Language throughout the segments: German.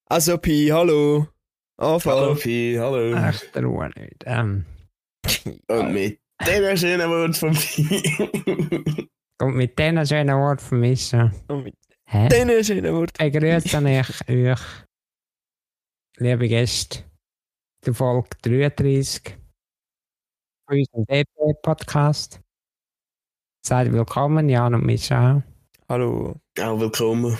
Also Pi, hallo. Anfang. Hallo Pi, hallo. Ach, der Ruhe nicht. Und mit dem schönen Wort von Pi. Und mit diesen schönen Worten vermissen. Und mit Hä? diesen schönen Worten. Begrüße ich euch, liebe Gäste, zur Folge 33 von unserem DP-Podcast. Seid willkommen, Jan und Micha. Hallo. Auch willkommen.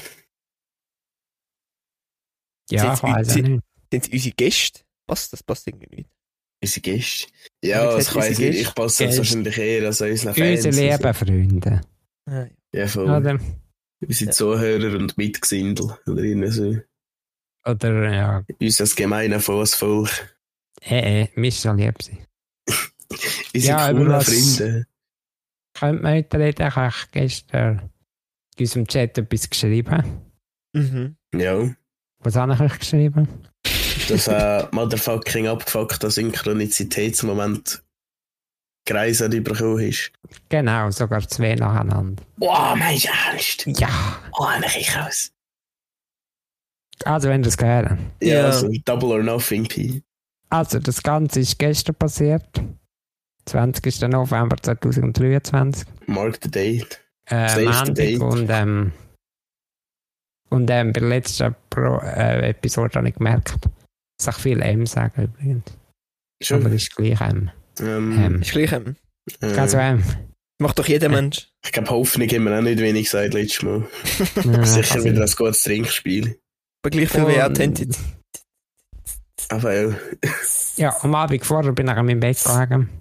Ja, ich weiß auch nicht. Sind sie unsere Gäste? Was? Das passt irgendwie nicht. Unsere Gäste. Wie Ja, gesagt, das weiss unsere ich. Ich passe jetzt Gäste. wahrscheinlich eher als unseren Fans. Unsere lieben Freunde. Ah, Ja, voll. Oder, Unsere Zuhörer und Mitgesindel. Oder irgendwie so. oder ja, Unser gemeine Volk. Micha liebt sie. Unsere Ja, über coolen was- Freunde. Könnt ihr heute reden? Ich habe gestern in unserem Chat etwas geschrieben. Mhm. Ja. Was habe ich euch geschrieben? Das motherfucking abgefuckter Synchronizitätsmoment Kreise bekommen ist. Genau, sogar 2 nacheinander. Wow, meinst du ernst? Ja, Oh, ich raus. also wenn ihr es gehört. Ja, Ja. also Double or Nothing Pi. Also das Ganze ist gestern passiert. 20. November 2023. Mark the date. Save the date. Montag und bei der letzten Episode habe ich gemerkt, dass ich viel M sagen übrigens. Schon. Aber es ist gleich M. M. Ist gleich. Also M. Macht doch jeder Mensch. Ich glaube, Hoffnung haben wir auch nicht wenig gesagt letztes Mal. Ja, Sicher kann wieder sein. ein gutes Trinkspiel. Aber gleich viel wie Attented. Aber ja. Ja, am Abend vorher bin ich an meinem Bett gelegen.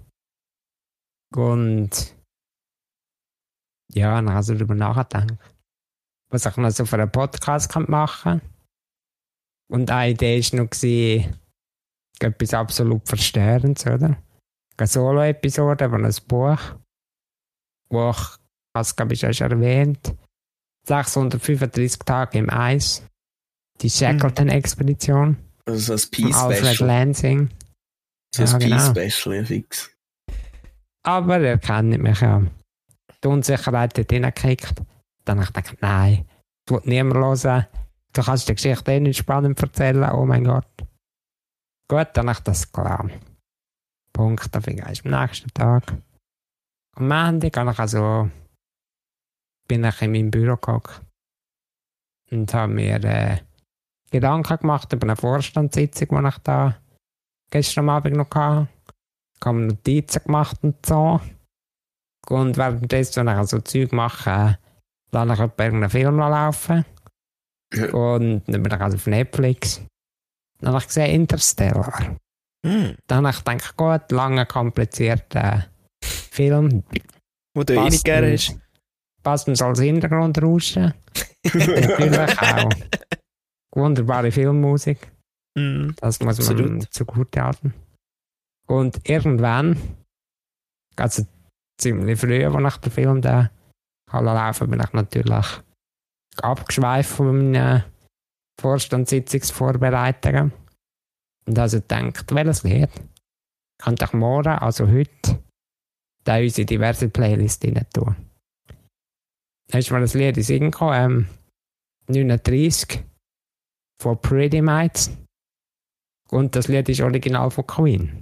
Und ja, dann habe ich darüber nachgedacht, was ich noch so für einen Podcast machen kann. Und eine Idee war noch etwas absolut Verstörendes, oder? Eine Solo-Episode von einem Buch, wo ich, was glaube ich schon erwähnt, 635 Tage im Eis, die Shackleton-Expedition Also so ein von Alfred Peace-Special. Lansing. So ein Ja, genau. Peace-Special, ja, fix. Aber er kennt mich ja. Die Unsicherheit hat hineingekickt. Dann habe ich gedacht, nein, das will niemand hören. Du kannst die Geschichte eh nicht spannend erzählen, oh mein Gott. Gut, dann habe ich das klar. Punkt, dafür gehe ich am nächsten Tag. Am Montag habe ich also, bin ich in meinem Büro gehockt und habe mir Gedanken gemacht über eine Vorstandssitzung, die ich da gestern Abend noch hatte. Ich habe Notizen gemacht und so. Und währenddessen, wenn ich so Zeug mache, lasse ich etwa irgendeinen Film noch laufen. Ja. Und dann bin ich also auf Netflix. Dann habe ich gesehen Interstellar. Hm. Dann habe ich gedacht, gut, lange komplizierter Film. Wo du eh nicht gerne hast. Passend als Hintergrundrauschen. Natürlich auch. Wunderbare Filmmusik. Mhm. Das muss man Absolut. zugute halten. Und irgendwann, also ziemlich früh, als ich den Film da laufen, bin ich natürlich abgeschweift von meinen Vorstandssitzungsvorbereitungen. Und also gedacht, welches Lied könnte ich morgen, also heute, da in unsere diverse Playlist rein tun. Dann ist mir das Lied in den Sinn gekommen, 39 von Pretty Mites. Und das Lied ist original von Queen.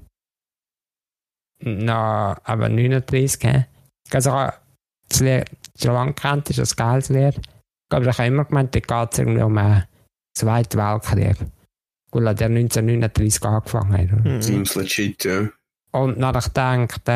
Na, aber 39, hä? Also, das Lied schon lange kennt, ist ein geiles Lied. Aber ich habe immer gemeint, da geht es irgendwie um den Zweiten Weltkrieg. Weil der 1939 angefangen hat. Oder? Mhm. Seems legit, ja. Und dann habe ich gedacht,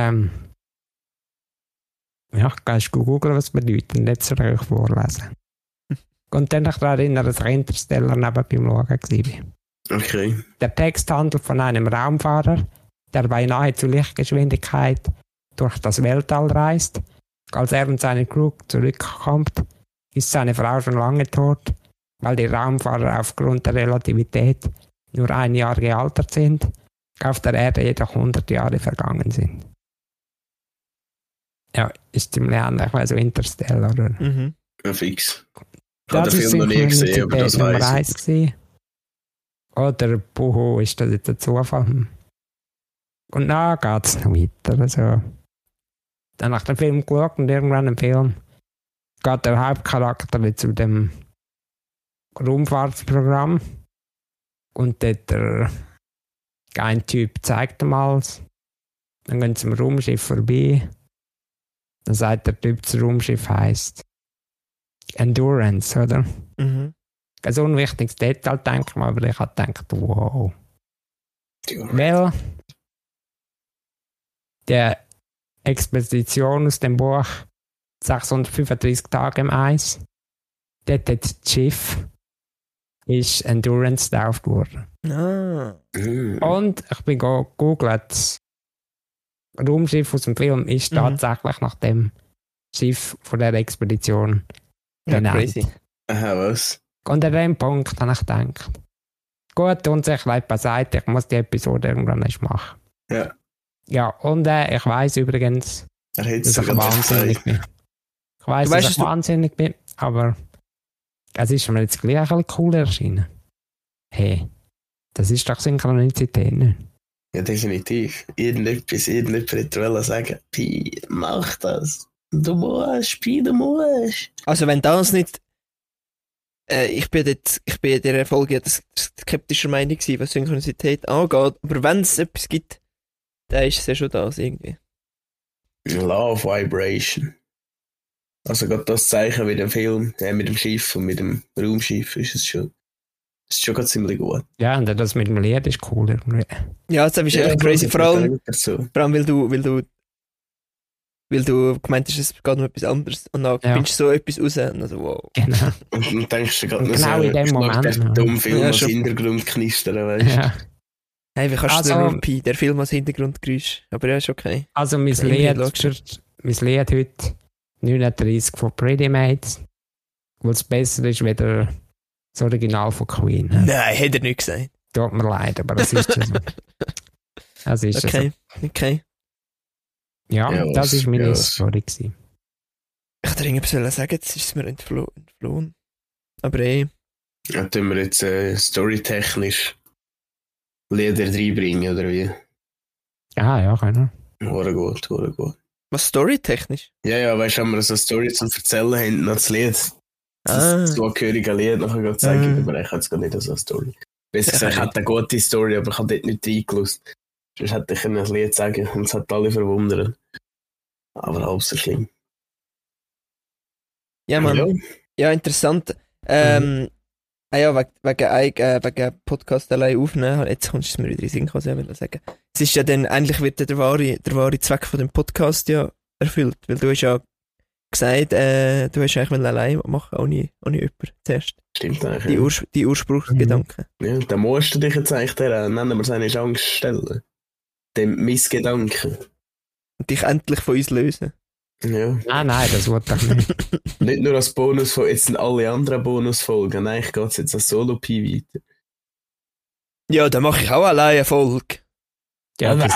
ja, kannst du googeln, was bedeutet, und jetzt soll ich euch vorlesen. Und dann habe ich daran erinnert, dass ich Interstellar neben beim Schauen war. Okay. Der Text handelt von einem Raumfahrer, der bei nahezu Lichtgeschwindigkeit durch das Weltall reist. Als er und seine Crew zurückkommt, ist seine Frau schon lange tot, weil die Raumfahrer aufgrund der Relativität nur 1 Jahr gealtert sind, auf der Erde jedoch 100 Jahre vergangen sind. Ja, ist ziemlich ähnlich, also Interstellar. Oder? Mhm. Ja, fix. Ich habe Das den ist Film noch nie gesehen, aber das Nummer weiss 1 gewesen. Oder Buhu, ist das jetzt ein Zufall? Und dann geht es noch weiter. Also. Dann nach dem Film geschaut und irgendwann im Film geht der Hauptcharakter zu dem Raumfahrtsprogramm Und dort ein Typ zeigt ihm alles. Dann gehen sie am Raumschiff vorbei. Dann sagt der Typ, das Raumschiff heisst Endurance, oder? Mhm. Ein unwichtiges Detail, denke ich mal, aber ich habe gedacht, wow. Weil die Expedition aus dem Buch 635 Tage im Eis, dort hat das Schiff ist Endurance getauft worden. Ah. Und ich bin gegoogelt, das Raumschiff aus dem Film ist tatsächlich nach dem Schiff von der Expedition Ja, benannt. crazy. Aha, was? Und an dem Punkt habe ich gedacht, gut, Unsicherheit beiseite, ich muss die Episode irgendwann nicht machen. Ja. Ja, und ich weiss übrigens, Er hat dass es ich wahnsinnig bin. Ich weiss, Du weißt, dass ich dass du- wahnsinnig bin, aber es ist mir jetzt gleich ein bisschen cool erschienen. Hey, das ist doch Synchronizität, nicht? Ja, definitiv. Irgendjemand hätte sagen, Pi, mach das. Du musst, Pi, du musst. Also wenn das nicht... ich bin in dieser Folge jetzt skeptischer Meinung gewesen, was Synchronizität angeht. Aber wenn es etwas gibt, dann ist es ja schon das irgendwie. Love Vibration. Also gerade das Zeichen mit dem Film, mit dem Schiff und mit dem Raumschiff ist schon gerade ziemlich gut. Ja, und das mit dem Lied ist cool irgendwie. Ja, das ist echt crazy. Vor allem, So. weil du gemeint hast, es geht um etwas anderes. Und dann Ja. findest du so etwas raus. Und also, wow. Genau. Und dann denkst du gerade Und noch genau so, in dem ich schlag Moment, den ja. dummen Film Ja, als schon. Hintergrund knistern, weißt du. Ja. Hey, wie kannst du Also- denn Pi, der Film als Hintergrundgeräusch? Aber ja, ist okay. Also mein Okay, Lied logisch. heute 39 von Pretty Mates, weil es besser ist wie das Original von Queen. Nein, hat er nicht gesagt. Tut mir leid, aber das ist so. Das ist Okay, so. okay. Ja, Ja, das ist meine ja. Story gewesen. Ich hätte irgendwas sagen, jetzt ist es mir entflohen. Aber Ja, tun wir jetzt storytechnisch Lieder reinbringen, oder wie? Ja, können Hure gut, hure gut. was storytechnisch? Ja, weißt du, wenn wir so eine Story zum Erzählen haben, noch das Lied. Ah. Das zugehörige Lied nachher gerade zeigen, Ah. aber ich habe jetzt gar nicht so eine Story. Besser Ja, gesagt, ich nicht. hatte eine gute Story, aber ich habe dort nicht reingelost. Sonst hätte ich ein Lied sagen und es hat alle verwundert. Aber halb so schlimm. Ja, Mann. Ja, interessant. Ja, wegen Podcast allein aufnehmen. Jetzt kommst du mir wieder in den Sinn, was ich will sagen. Es ist ja dann, eigentlich wird der wahre Zweck von dem Podcast ja erfüllt. Weil du hast ja gesagt, du hast eigentlich allein machen, ohne jemanden zuerst. Stimmt eigentlich. Die Ursprungsgedanken. Ja, dann musst du dich jetzt eigentlich nennen wir es eigentlich Angst stellen. Dem Missgedanken. Und dich endlich von uns lösen. Ja. Nein, das wollte ich nicht. Nicht nur als Bonusfolge, jetzt sind alle anderen Bonusfolgen. Nein, ich gehe jetzt als Solo-Pi weiter. Ja, dann mache ich auch allein eine Folge. Ja, das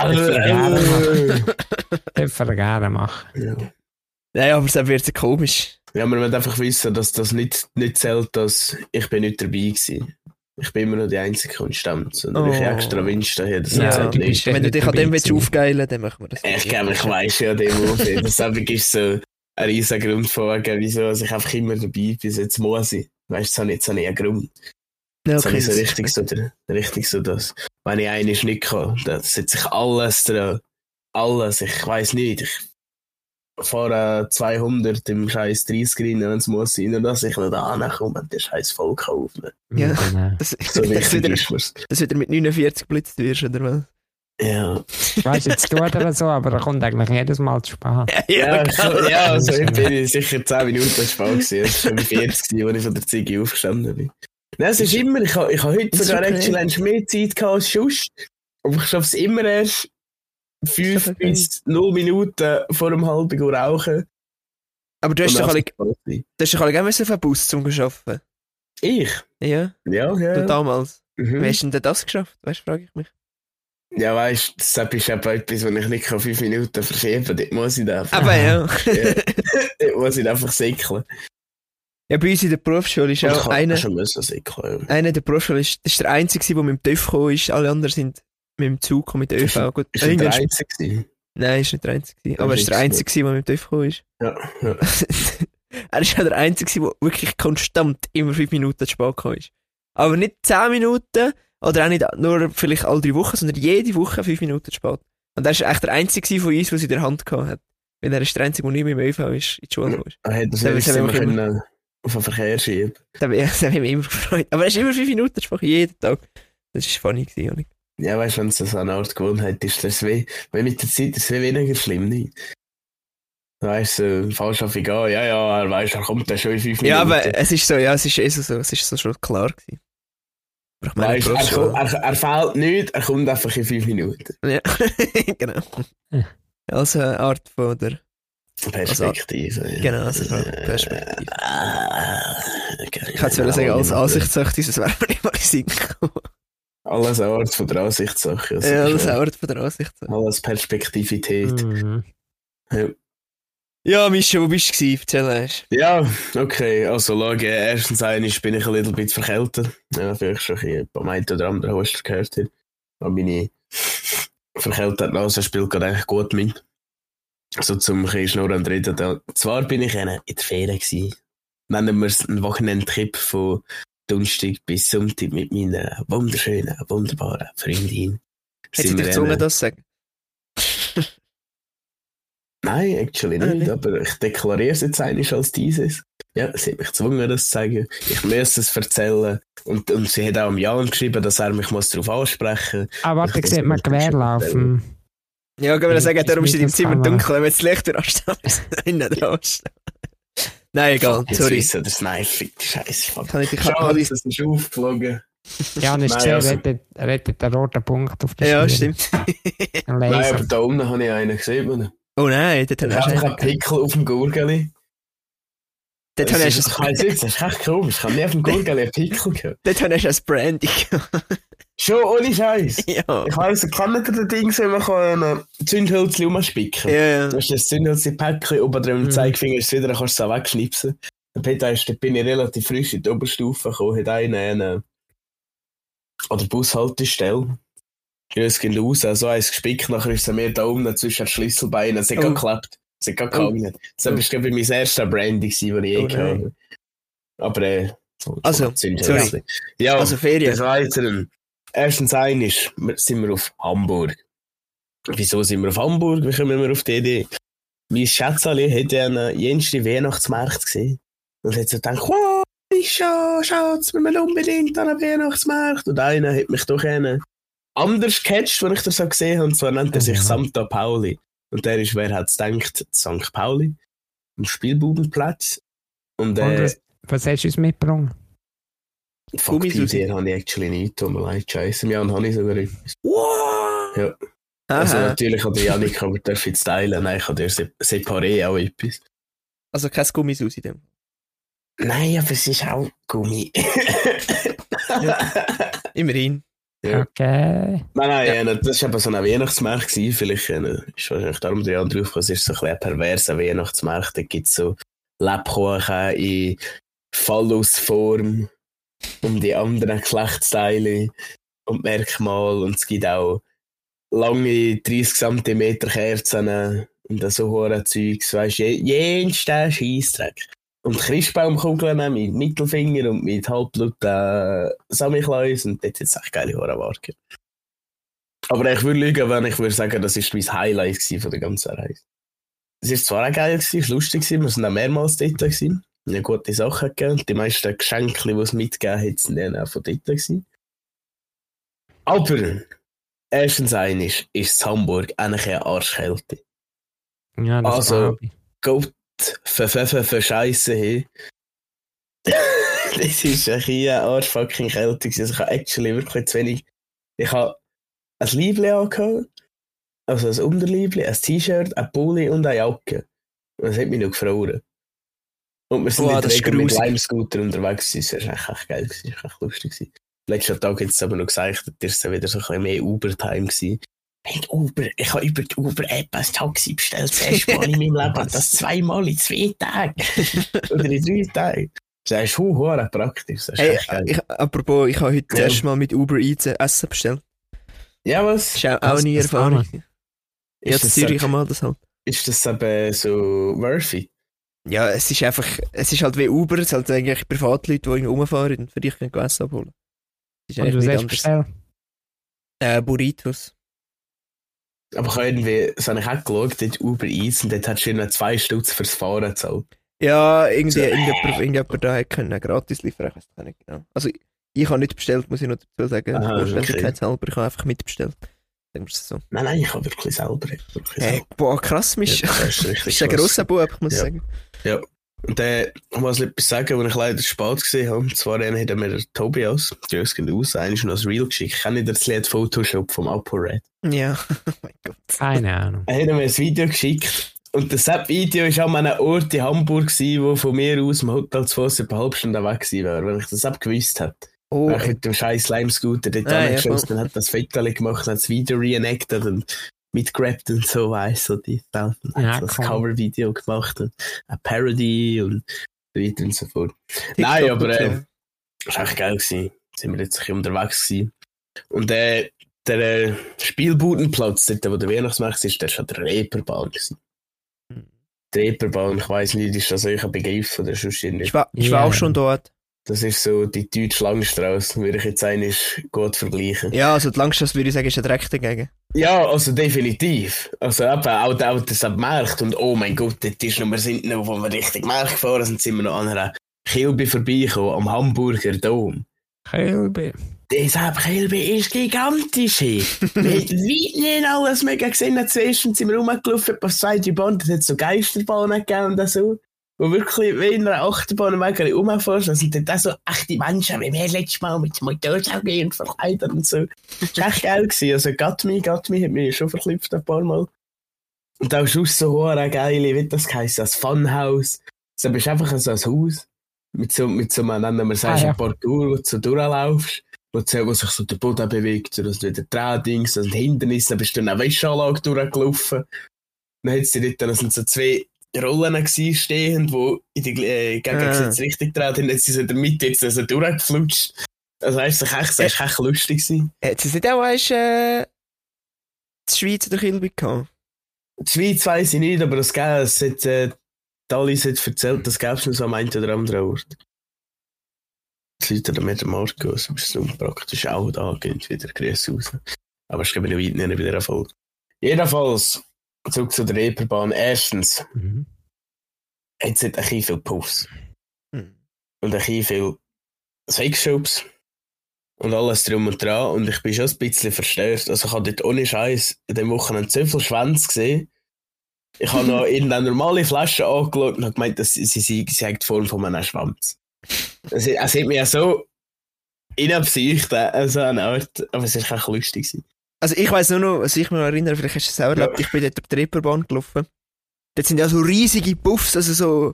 dürfen wir gerne machen. Ja. Nein, aber es wird so komisch. Ja, man muss einfach wissen, dass das nicht zählt, dass ich bin nicht dabei war. Ich bin immer noch die einzige Konstanz. Und wenn ich extra wünsche, daher, das Ja, zählt du nicht. bist ja Wenn du nicht dich an dabei dem willst gewesen. aufgeilen, dann machen wir das. Ich glaube, ich weiss ja dem Move. Das ist so ein riesiger Grund von wegen, wieso ich einfach immer dabei bin. Jetzt muss ich. Weißt du, jetzt habe ich einen Grund. Ja, Jetzt habe okay, ich so richtig so das. Wenn ich eines nicht kann, dann setze ich alles dran. Alles. Ich weiss nicht. Ich fahre 200 im scheiß 30 rein, wenn es muss sein, und dass ich nicht ankomme und den scheiß Volk aufnehmen. Ja. Genau. Das, So das, wichtig wieder, ist mir's. das wieder mit 49 blitzt wirst, oder was? Ja. Weißt du, jetzt tut er so, aber er kommt eigentlich jedes Mal zu spät. Ja, also ich bin sicher 10 Minuten zu spät gewesen. Es war schon 40, als ich von der Ziege aufgestanden bin. Nein, es ist immer, ich habe heute Das ist sogar okay. actually mehr Zeit gehabt als sonst, aber ich schaffe es immer erst 5 okay. bis 0 Minuten vor dem halben Uhr rauchen. Aber du hast Und doch alle, dann ist es spät. du hast doch alle gerne auf den Bus zum Arbeiten. Ich? Ja, Ja. du damals. Wie Mhm. hast du denn das geschafft? Weißt du, frage ich mich. Ja, weißt du, das ist eben etwas, wenn ich nicht 5 Minuten verschieben kann, dort muss ich einfach. Aber ja. Ja. Dort muss ich einfach säckeln. Ja, bei uns in der Berufsschule ist Und ich auch kann einer schon müssen säckeln. der Berufsschule ist der Einzige, der mit dem TÜV gekommen ist. Alle anderen sind mit dem Zug und mit der ÖV. Gut, Ist er der irgendwann- Einzige? Nein, ist nicht der Einzige. Aber er ist der Einzige, der mit dem TÜV gekommen ist. Ja, ja. Er ist auch der Einzige, der wirklich konstant immer 5 Minuten zu spät gekommen ist. Aber nicht 10 Minuten Oder auch nicht nur vielleicht alle 3 Wochen, sondern jede Woche 5 Minuten zu spät. Und er war echt der Einzige von uns, der sie in der Hand gehabt hat. Weil er ist der Einzige, der nicht mehr im ÖV ist, in die Schule ist. Er hätte das immer können auf den Verkehr schieben. Das hat mich immer gefreut. Aber er ist immer 5 Minuten zu spät, jeden Tag. Das war funny gewesen, Janik. Ja, weißt du, wenn es so eine Art Gewohnheit ist, das weh. Weil mit der Zeit ist es weniger schlimm, nicht? Weißt du, falsch auf ihn gehen, ja, er weiss, er kommt dann schon in 5 Minuten. Ja, aber es ist so, es ist so schon klar gewesen. Aber ich meine, weißt, er fehlt nicht, er kommt einfach in 5 Minuten. Ja, genau. Als eine Art von der Perspektive. Also, genau, also Perspektive. Okay. Ich hätte es sagen, als Ansichtssache, das wäre mir nicht mal in den Sinn gekommen. Alles eine Art von der Ansichtssache. Also ja, alles eine Art von der Ansichtssache. Alles Perspektivität. Ja, Mischa, wo bist du gewesen? Erzähl erst. Ja, okay. Also, schau, erstens bin ich ein bisschen verkältet. Ja, vielleicht schon ein paar Meter oder andere Hoster gehört hier. Aber meine verkältete Nase spielt gerade eigentlich gut mit. So zum ein bisschen schnurren und reden. Zwar bin ich in der Ferien gewesen. Nennen wir es einen Wochenendtrip von Donnerstag bis Sonntag mit meiner wunderschönen, wunderbaren Freundin. Hätte sie dich gezwungen, das zu sagen? Nein, actually nicht, aber ich deklariere es jetzt eigentlich als dieses. Ja, sie hat mich gezwungen, das zu sagen. Ich muss es erzählen. Und sie hat auch am Jan geschrieben, dass er mich darauf ansprechen muss. Aber warte, ich sehe mal Gewehr laufen. Ja, kann man sagen, darum ist es im Zimmer dunkel, wenn wir das Licht durchstehen. Nein, egal, sorry. Das ist nein, fick die Scheiße. Schade, das ist aufgeflogen. Ja, ist gesehen, rettet den roten Punkt auf der Ja, stimmt. Nein, aber da unten habe ich einen gesehen. Oh nein, dort hast du einen Pickel auf dem Gurgeli. Dort habe ich das ist echt komisch. Ich habe nie auf dem Gurgeli einen Pickel gehabt. Dort habe ich ein Branding. Schon, ohne Scheiß. Ja. Ich weiss, kennt ihr den Ding, wenn man ein Zündhölzchen rumspicken kann? Ja. Du hast das Zündhölzchen-Päckchen, oben drin mit dem Zeigefinger ist wieder, dann kannst du es auch wegschnipsen. Dann bin ich relativ frisch in die Oberstufe gekommen, hat einen an der Bushaltestelle. Grüß gehen raus, so eins gespickt, nachher ist es mir da unten zwischen den Schlüsselbeinen, es hat geklappt, es hat gehangen. Das war glaube ich mein erster Branding, das ich je hatte. Aber also, sorry. Ja, also Ferien. Des Weiteren. Erstens sind wir auf Hamburg. Wieso sind wir auf Hamburg? Wie kommen wir auf die Idee? Mein Schätzchen hat ja einen jensten Weihnachtsmarkt gesehen. Und hat so gedacht, wow, Schatz, wir müssen unbedingt an einen Weihnachtsmarkt. Und einer hat mich doch anders gecatcht, als ich das so gesehen habe. Und zwar nennt er sich Santa Pauli. Und der ist, wer hat es gedacht, St. Pauli. Am Spielbubenplatz. Und was hast du uns mitgebracht? Fuck, die Idee habe ich actually nicht. Tut mir leid, scheiße. Ja, dann habe ich sogar etwas. Wow! Ja. Also natürlich hat der Janik, aber darf jetzt teilen. Nein, ich habe dir separé auch etwas. Also kein Gummisus in dem? Nein, aber es ist auch Gummi. Ja. Immerhin. Ja. Okay. Nein, das war aber so ein Weihnachtsmarkt. Vielleicht ist wahrscheinlich darum der Jan drauf, es ist so ein perverser Weihnachtsmarkt. Da gibt es so Lebkuchen in Phallusform um die anderen Geschlechtsteile und Merkmale. Und es gibt auch lange 30 cm Kerzen und so hohe Zeugs. Weißt du, jenster Scheissdreck. Und Christbaumkugeln mit Mittelfinger und mit Halbblut Samichlaus und dort hat es echt geile Horrorwarke. Aber ich würde lügen, wenn ich würde sagen, das war mein Highlight von der ganzen Reise. Es war zwar auch geil, es war lustig, wir waren auch mehrmals dort. Wir haben gute Sachen gegeben. Die meisten Geschenke, die es mitgegeben hat, sind dann auch von dort gewesen. Aber erstens ist es Hamburg eigentlich eine Arschkälte. Ja, das also, Gott für Scheisse hin. Das ist eine arschfucking Kälte. Also ich habe actually wirklich zu wenig. Ich habe ein Liebli angehabt, also ein Unterliebli, ein T-Shirt, ein Pulli und eine Jacke. Das hat mich noch gefroren. Und wir sind in der Regel mit Lime-Scooter unterwegs. Das war echt geil, das war echt lustig. Letzten Tag hat es aber noch gesagt, dass es wieder so ein bisschen mehr Uber-Time war. Ich habe über die Uber-App ein Taxi bestellt, das erste Mal in meinem Leben. Das 2-mal in 2 Tagen. Oder in 3 Tagen. Das ist verdammt praktisch. Das ist apropos, ich habe heute das erste Mal mit Uber Eats Essen bestellt. Ja, was? Das ist auch nie Erfahrung. Ja, in Zürich am das halt. Ist das eben so worthy? Ja, es ist halt wie Uber, es sind halt eigentlich Privatleute, die rumfahren und für dich Essen abholen. Ist Und eigentlich was nicht hast du anders. bestellt? Burritos. Aber ich habe irgendwie, das habe ich auch geschaut, dort Uber Eats und dort hast du nur 2 Stutz fürs Fahren gezahlt. Ja, irgendwie, So, irgendjemand da hätte können gratis liefern, ich weiß gar nicht genau. Also, ich habe nicht bestellt, muss ich noch dazu sagen. Aha, Vollständigkeitshalber, ich habe einfach mitbestellt. Sagen wir es so. Nein, ich habe wirklich selber. Boah, krass, Ja, das ist du richtig bist ein krass. grosser Bub, ich muss Ja. sagen. Ja. Und dann muss ich etwas sagen, was ich leider spät gesehen habe. Und zwar hat mir der Tobias, Grüß geht aus, eigentlich noch das Reel geschickt. Ich kenne nicht das Lied Photoshop vom ApoRed. Ja, oh mein Gott. Keine Ahnung. Er hat mir ein Video geschickt. Und das Video war an einem Ort in Hamburg, wo von mir aus im Hotel zu Fuss eine halbe Stunde weg gewesen wäre, wenn ich das gewusst hätte. Oh, Weil ich mit dem scheiß Lime-Scooter dort angeschossen und hat das Foto gemacht, hat das Video reenacted und mitgerappt und so, weiss so die Welt. Und Ja, hat das cool. Cover-Video gemacht und eine Parody und so weiter und so fort. TikTok Nein, aber und so. das war echt geil gewesen. Sind wir jetzt ein bisschen unterwegs gewesen. Und der Spielbudenplatz, dort, wo der Weihnachtsmarkt ist, der war schon der Reeperbahn gewesen. Die Reeperbahn, ich weiss nicht, ist das euch ein Begriff oder sonst irgendwie? Ich war Ja, auch ja. schon dort. Das ist so die deutsche Langstrasse, würde ich jetzt eigentlich gut vergleichen. Ja, also die Langstrasse würde ich sagen, ist ein Dreck dagegen. Ja, also definitiv. Also eben, auch das Markt und oh mein Gott, dort ist noch, wir sind noch, wo wir Richtung Markt gefahren sind, sind wir noch an einer Kilbe vorbeigekommen, am Hamburger Dom. Kilby. Dieser Kilbe ist gigantisch. Hey. Wir haben weit nicht alles mega gesehen. Zuerst sind wir rumgelaufen, etwa 2-3 Bahnen, es hat so Geisterbahnen gegeben und so. Wo wirklich wie in einer Achterbahn mega rumfährst. Da sind dann auch so echte Menschen, wie wir letztes Mal mit dem Motorsaug und verkleidet und so. Das war echt geil gewesen. Also Gatmi hat mich schon verklüpft ein paar Mal. Und auch sonst so hohe geile, wie das heisst, das Funhouse. Das ist einfach so ein Haus. Mit so einem, nennen wir es Ah, ja. ein Parcours, wo du so durchlaufst. Wo sich so der Boden bewegt, so dass du wieder Tradings, das sind Hindernisse, dann bist du in einer Wäscheanlage durchgelaufen. Dann hat sie dort, dann sind so 2 Rollen gewesen, stehend, die in die gegengesetzte Richtung drehen, dann hat sie so in der Mitte jetzt also durchgeflutscht. Also weißt du, das war echt lustig gewesen. Hat es nicht auch die Schweiz oder Kilby gehabt? Die Schweiz weiss ich nicht, aber das gäbe es, Alice hat erzählt, das gäbe es noch so am einen oder anderen Ort. Die Leute haben mir den Markt aus, aber es ist so praktisch auch da, geht wieder Grüße raus. Aber es gibt noch weit nicht wieder Erfolg. Jedenfalls, zurück zu der Reeperbahn. Erstens, Mhm. jetzt hat ein bisschen viel Puffs. Hm. Und ein bisschen viel Sexshops. Und alles drum und dran. Und ich bin schon ein bisschen verstört. Also ich habe dort ohne Scheiß in dem Wochenende so viele Schwänze gesehen. Ich habe noch irgendeine normale Flasche angeschaut und habe gemeint, dass sie hat die Form von einem Schwanz. Es hat mich ja so inabsicht, also eine Art, aber es war echt lustig gewesen. Also ich weiss nur noch, was ich mich noch erinnere, vielleicht hast du es selber erlebt, ich bin dort durch die Reeperbahn gelaufen. Dort sind ja so riesige Puffs, also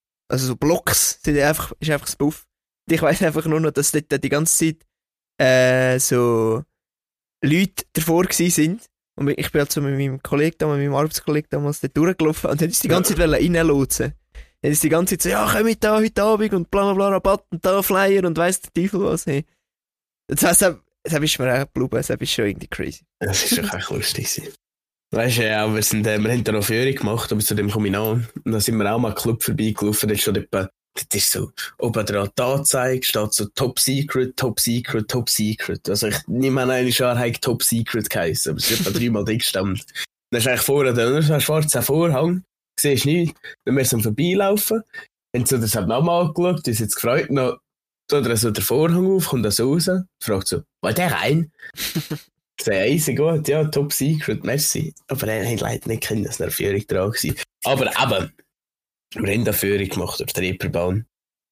so Blocks, ist einfach das Puff. Und ich weiss einfach nur noch, dass dort die ganze Zeit so Leute davor gewesen sind. Und ich bin halt so mit meinem Arbeitskollegen damals dort durchgelaufen und dann ist die ganze Zeit reinlotsen. Dann ist die ganze Zeit so, ja, komm mit da heute Abend und bla bla bla, Rabatt und da Flyer und weiss der Teufel was. Hey. Das heisst, das ist mir auch geblieben, das ist schon irgendwie crazy. Das ist doch echt lustig gewesen. Weißt du, ja, wir haben da noch Führung gemacht, aber zu dem komme ich noch. Und dann sind wir auch mal einen Club vorbeigelaufen, das ist schon etwa, das ist so, oben dran die Anzeige, steht so Top Secret, Top Secret, Top Secret. Also ich nehme an, eine Schar hat Top Secret geheißen, aber es ist etwa 3-mal dick gestanden. Dann ist eigentlich vorne da nur so ein schwarzer Vorhang, siehst nichts, dann wir am Vorbeilaufen, haben sie das nochmal angeschaut, uns jetzt gefreut, noch tut er so der Vorhang auf, kommt das raus, fragt so, war der rein? Sehr easy, gut, ja, Top Secret, merci. Aber er hat leider nicht können, dass eine Führung dran war. Aber eben, wir haben eine Führung gemacht durch die Reeperbahn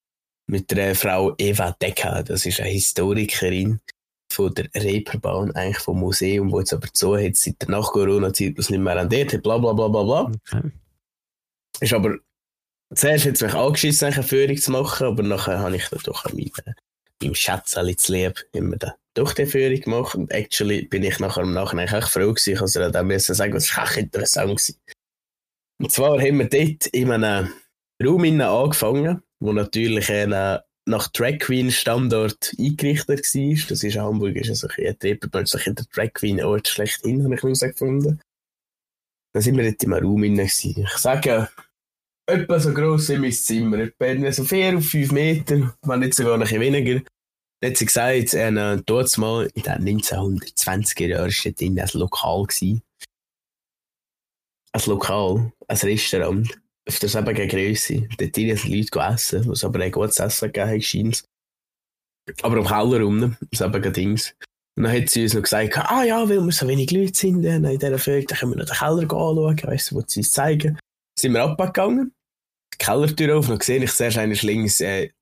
mit der Frau Eva Decker. Das ist eine Historikerin von der Reeperbahn, eigentlich vom Museum, wo jetzt aber so hat, seit der Nach-Corona-Zeit, was nicht mehr rendiert hat, bla bla bla bla bla. Okay. Ist aber, zuerst hat es mich angeschissen, eine Führung zu machen, aber nachher habe ich dann doch meinem Schätzchen zu lieb immer da durch die Führung gemacht. Und actually bin ich nachher im Nachhinein echt froh gewesen. Ich musste dann sagen, das war echt interessant gewesen. Und zwar haben wir dort in einem Raum angefangen, wo natürlich nach Drag Queen Standort eingerichtet war. Das ist in Hamburg, ist also ein Reeperbahn, so der Drag Queen Ort schlechthin, habe ich herausgefunden. Dann sind wir dort in einem Raum gewesen. Ich sage, etwa so gross wie mein Zimmer, etwa so 4 auf 5 Meter, wenn nicht sogar noch ein bisschen weniger. Dann hat sie gesagt, dort mal in den 1920er Jahren war dort drin ein Lokal gewesen. Ein Lokal, ein Restaurant, auf der selben Grösse. Dort drin sind Leute essen, was aber ein gutes Essen gegeben hat, scheint. Aber am Keller unten, selben Dings. Und dann hat sie uns noch gesagt, ja, weil wir so wenig Leute sind in dieser Folge, dann können wir noch den Keller anschauen, weißt du, wo sie uns zeigen. Sind wir abgegangen, die Kellertür auf, und dann sehe ich zuerst eines links,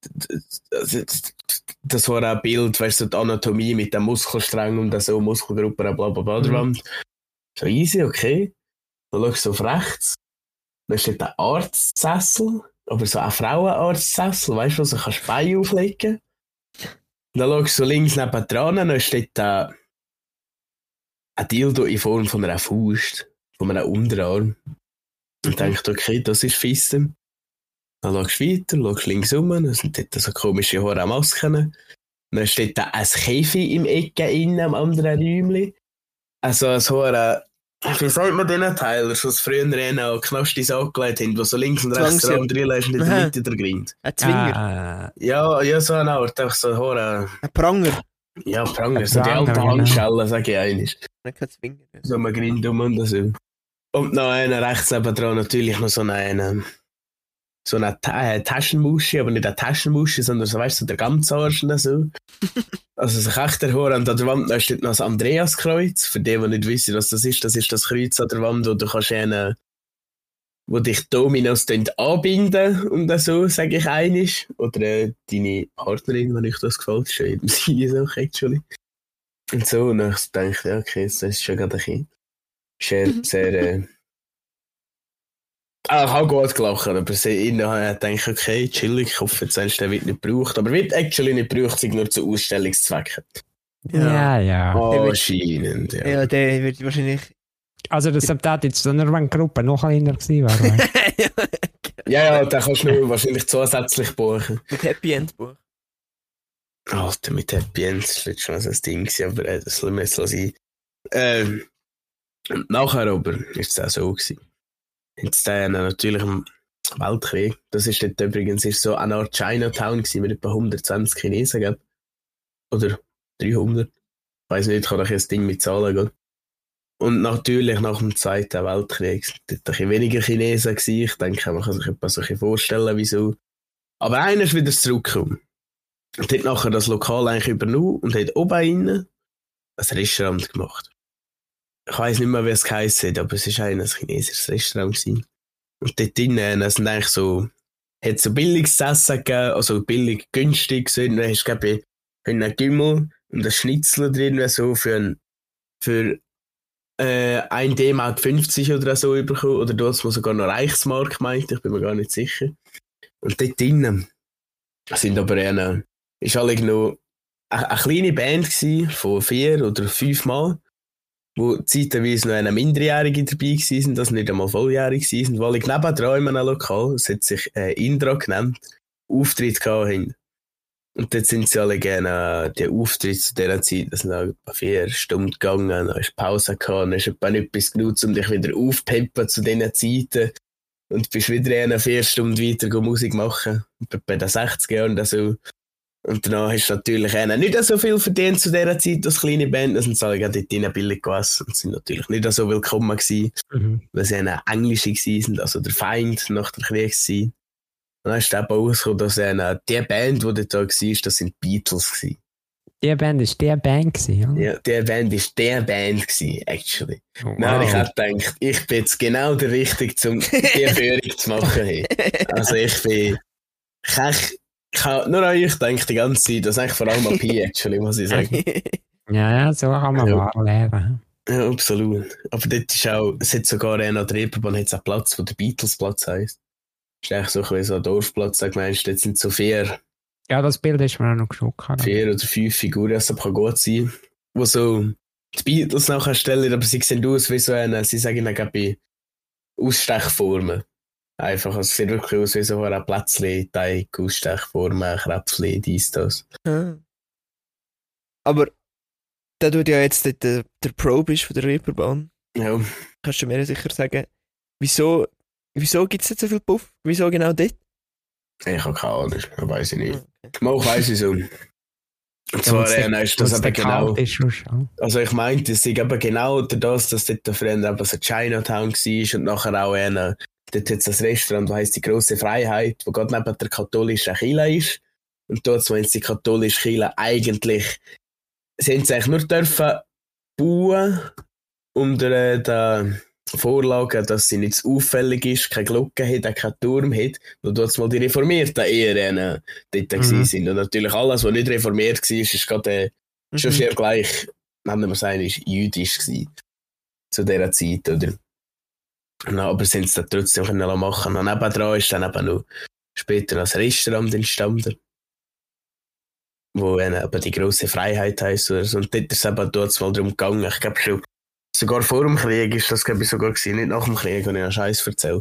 das war ein Bild, weißt du, so die Anatomie mit dem Muskelstrang und so Muskelgruppen, bla bla bla, Wand. So easy, okay. Dann schaust du auf rechts, dann steht ein Arztsessel, aber so ein Frauenarztsessel, weißt du, wo du kannst Beine auflegen. Dann schaust du links nebendran, dann steht ein Dildo in Form von einer Faust, von einem Unterarm. Und denkst, okay, das ist Fisten. Dann schaust du weiter, schaust links rum, dann sind dort so komische Masken. Dann steht da ein Käfig im Ecke innen, am anderen Räumchen. Also so ein, wie sagt man den Teil, was es früher auch Knastis angelegt haben, wo so links und rechts dran drin ist und in der Mitte der Grind. Ein Zwinger. Ja, so eine Art, einfach so ein Pranger. Ja, Pranger, so die alten Handschellen, sage ich eigentlich. Kein Zwinger. So ein Grind und so. Und noch einer rechts nebendran natürlich noch so eine Taschenmuschi, aber nicht eine Taschenmuschi, sondern so, weißt du, der ganze Arsch und so. Also so echt der Horn. Und an der Wand da steht noch das Andreaskreuz. Für die nicht wissen, was das ist das Kreuz an der Wand, wo du kannst wo dich Dominos anbinden und so, sage ich einisch. Oder deine Partnerin, wenn euch das gefällt, schon eben sie so, actually. Und so, und dann denke ich, ja, okay, das ist schon gerade ein Kind. Sehr, ich habe gut gelacht, aber innen denke ich, okay, chillig, ich hoffe, jetzt der wird nicht gebraucht. Aber wird actually nicht gebraucht, sondern nur zu Ausstellungszwecken. Ja. Anscheinend, ja. Ja, der wird wahrscheinlich... Also das sollte jetzt so eine Gruppe noch kleiner gewesen wäre. Ja, da kannst du nur wahrscheinlich zusätzlich buchen. Mit Happy End buchen. Alter, mit Happy End, das wird schon so ein Ding gewesen, aber das soll mir jetzt sein. Nachher aber ist es auch so gewesen. Jetzt natürlich im Weltkrieg, das ist dort übrigens so eine Art Chinatown gewesen, mit etwa 120 Chinesen, gell? Oder 300. Ich weiss nicht, ich kann euch ein Ding mit Zahlen gehen. Und natürlich nach dem Zweiten Weltkrieg sind dort ein bisschen weniger Chinesen gewesen. Ich denke, man kann sich etwas so vorstellen, wieso. Aber einer ist wieder zurückgekommen. Und hat nachher das Lokal eigentlich übernommen und hat oben innen ein Restaurant gemacht. Ich weiss nicht mehr, wie es geheißen hat, aber es war ein chinesisches Restaurant gewesen. Und dort drinnen sind eigentlich so, hat so billiges Essen gegeben, also billig, günstig, so, dann hast du, glaube ich, einen Gümmel und ein Schnitzel drin, so für 1 D-Mark 50 oder so bekommen, oder dort muss sogar noch Reichsmark, meinte ich, bin mir gar nicht sicher. Und dort drinnen sind aber ist alle noch eine kleine Band gewesen, von 4 oder 5 Mal, wo zeitweise noch eine Minderjährige dabei waren, das nicht einmal volljährig waren, weil ich nebendran in einem Lokal, es hat sich Indra genannt, Auftritt gehabt haben. Und dort sind sie alle gerne, die Auftritte zu dieser Zeit, das sind etwa 4 Stunden gegangen, dann hast du Pause gehabt, dann hast du etwas genutzt, um dich wieder aufzupeppen zu diesen Zeiten. Und bist wieder 4 Stunden weiter Musik machen, bei den 60 Jahren oder so. Und danach hast du natürlich nicht so viel verdient zu dieser Zeit als kleine Band. Das sind alle gerade dort billig gegessen und sind natürlich nicht so willkommen gewesen, weil sie Englische waren, also der Feind nach der Kriegszeit. Und dann ist eben rausgekommen, dass die Band, die dort war, das sind die Beatles gewesen. Die Band ist der Band gewesen, ja? Ja, die Band ist der Band gewesen, actually. Oh, wow. Dann habe ich auch gedacht, ich bin jetzt genau der Richtige, um die Führung zu machen. Hey. Also ich habe nur an euch gedacht die ganze Zeit, das ist eigentlich vor allem an Pi, actually, muss ich sagen. Ja, so kann man wahr lernen. Ja, absolut. Aber dort ist auch, es hat sogar an der Reeperbahn einen Platz, wo der Beatles-Platz heisst. Das ist eigentlich so ein Dorfplatz, da meinst du, jetzt sind so 4. Ja, das Bild ist mir auch noch geschockt. 4 oder 5 Figuren, das kann gut sein, wo so die Beatles nachher stellen, aber sie sehen aus wie so sie sagen dann bei Ausstechformen. Einfach, also es sieht wirklich aus wie so ein Plätzchen, Teig, Ausstechformen, Kräpfchen, dies, das. Aber da du ja jetzt der Pro bist von der Reeperbahn, ja. Kannst du mir sicher sagen, wieso gibt es jetzt so viel Puff? Wieso genau dort? Ich habe keine Ahnung, das weiss ich nicht. Mal weiss ich so. Und zwar ist das eben genau. Also ich meinte, es ist eben genau das, dass dort früher eben so Chinatown war und nachher auch dort hat es ein Restaurant, das heisst die Grosse Freiheit, wo gerade neben der katholischen Kirche ist. Und dort, wenn die katholische Kirche eigentlich, sie haben es eigentlich nur dürfen bauen unter der Vorlage, dass sie nicht zu auffällig ist, keine Glocke hat, keinen Turm hat, weil dort mal die Reformierten eher dort sind. Und natürlich alles, was nicht reformiert war, ist gerade schon sehr gleich, nennen wir es eigentlich, jüdisch gewesen. Zu dieser Zeit, oder? Na, aber sind es dann trotzdem können machen. Und nebendran ist dann eben noch später ein Restaurant entstanden, wo eben die Grosse Freiheit heisst. Oder so. Und dort ist es eben dort mal darum gegangen. Ich glaube schon, sogar vor dem Krieg ist das, glaube ich, sogar gewesen. Nicht nach dem Krieg, habe ich einen Scheiß erzählt.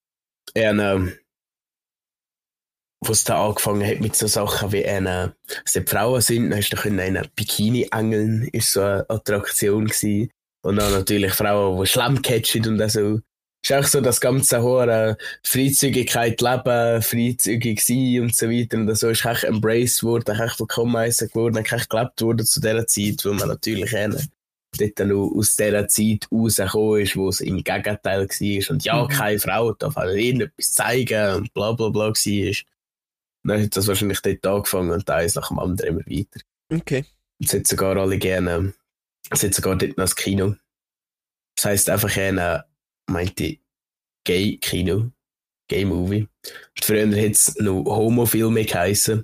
Wo es da angefangen hat mit so Sachen wie dass die Frauen sind, dann hast du können Bikini angeln, ist so eine Attraktion gewesen. Und dann natürlich Frauen, die Schlamm catchen und so. Es ist auch so das ganze hohe Freizügigkeit leben, freizügig sein und so weiter. Und so ist echt embraced worden, echt willkommen heißen geworden, echt gelebt worden zu dieser Zeit, weil man natürlich dort dann aus dieser Zeit rausgekommen ist, wo es im Gegenteil war. Und ja, keine Frau darf auch irgendetwas zeigen und bla bla bla war. Dann hat das wahrscheinlich dort angefangen und eins nach dem anderen immer weiter. Okay. Es hat sogar alle gerne, es hat sogar dort noch das Kino. Das heisst einfach meinte Gay-Kino, Gay-Movie. Früher hat es noch Homofilme geheissen.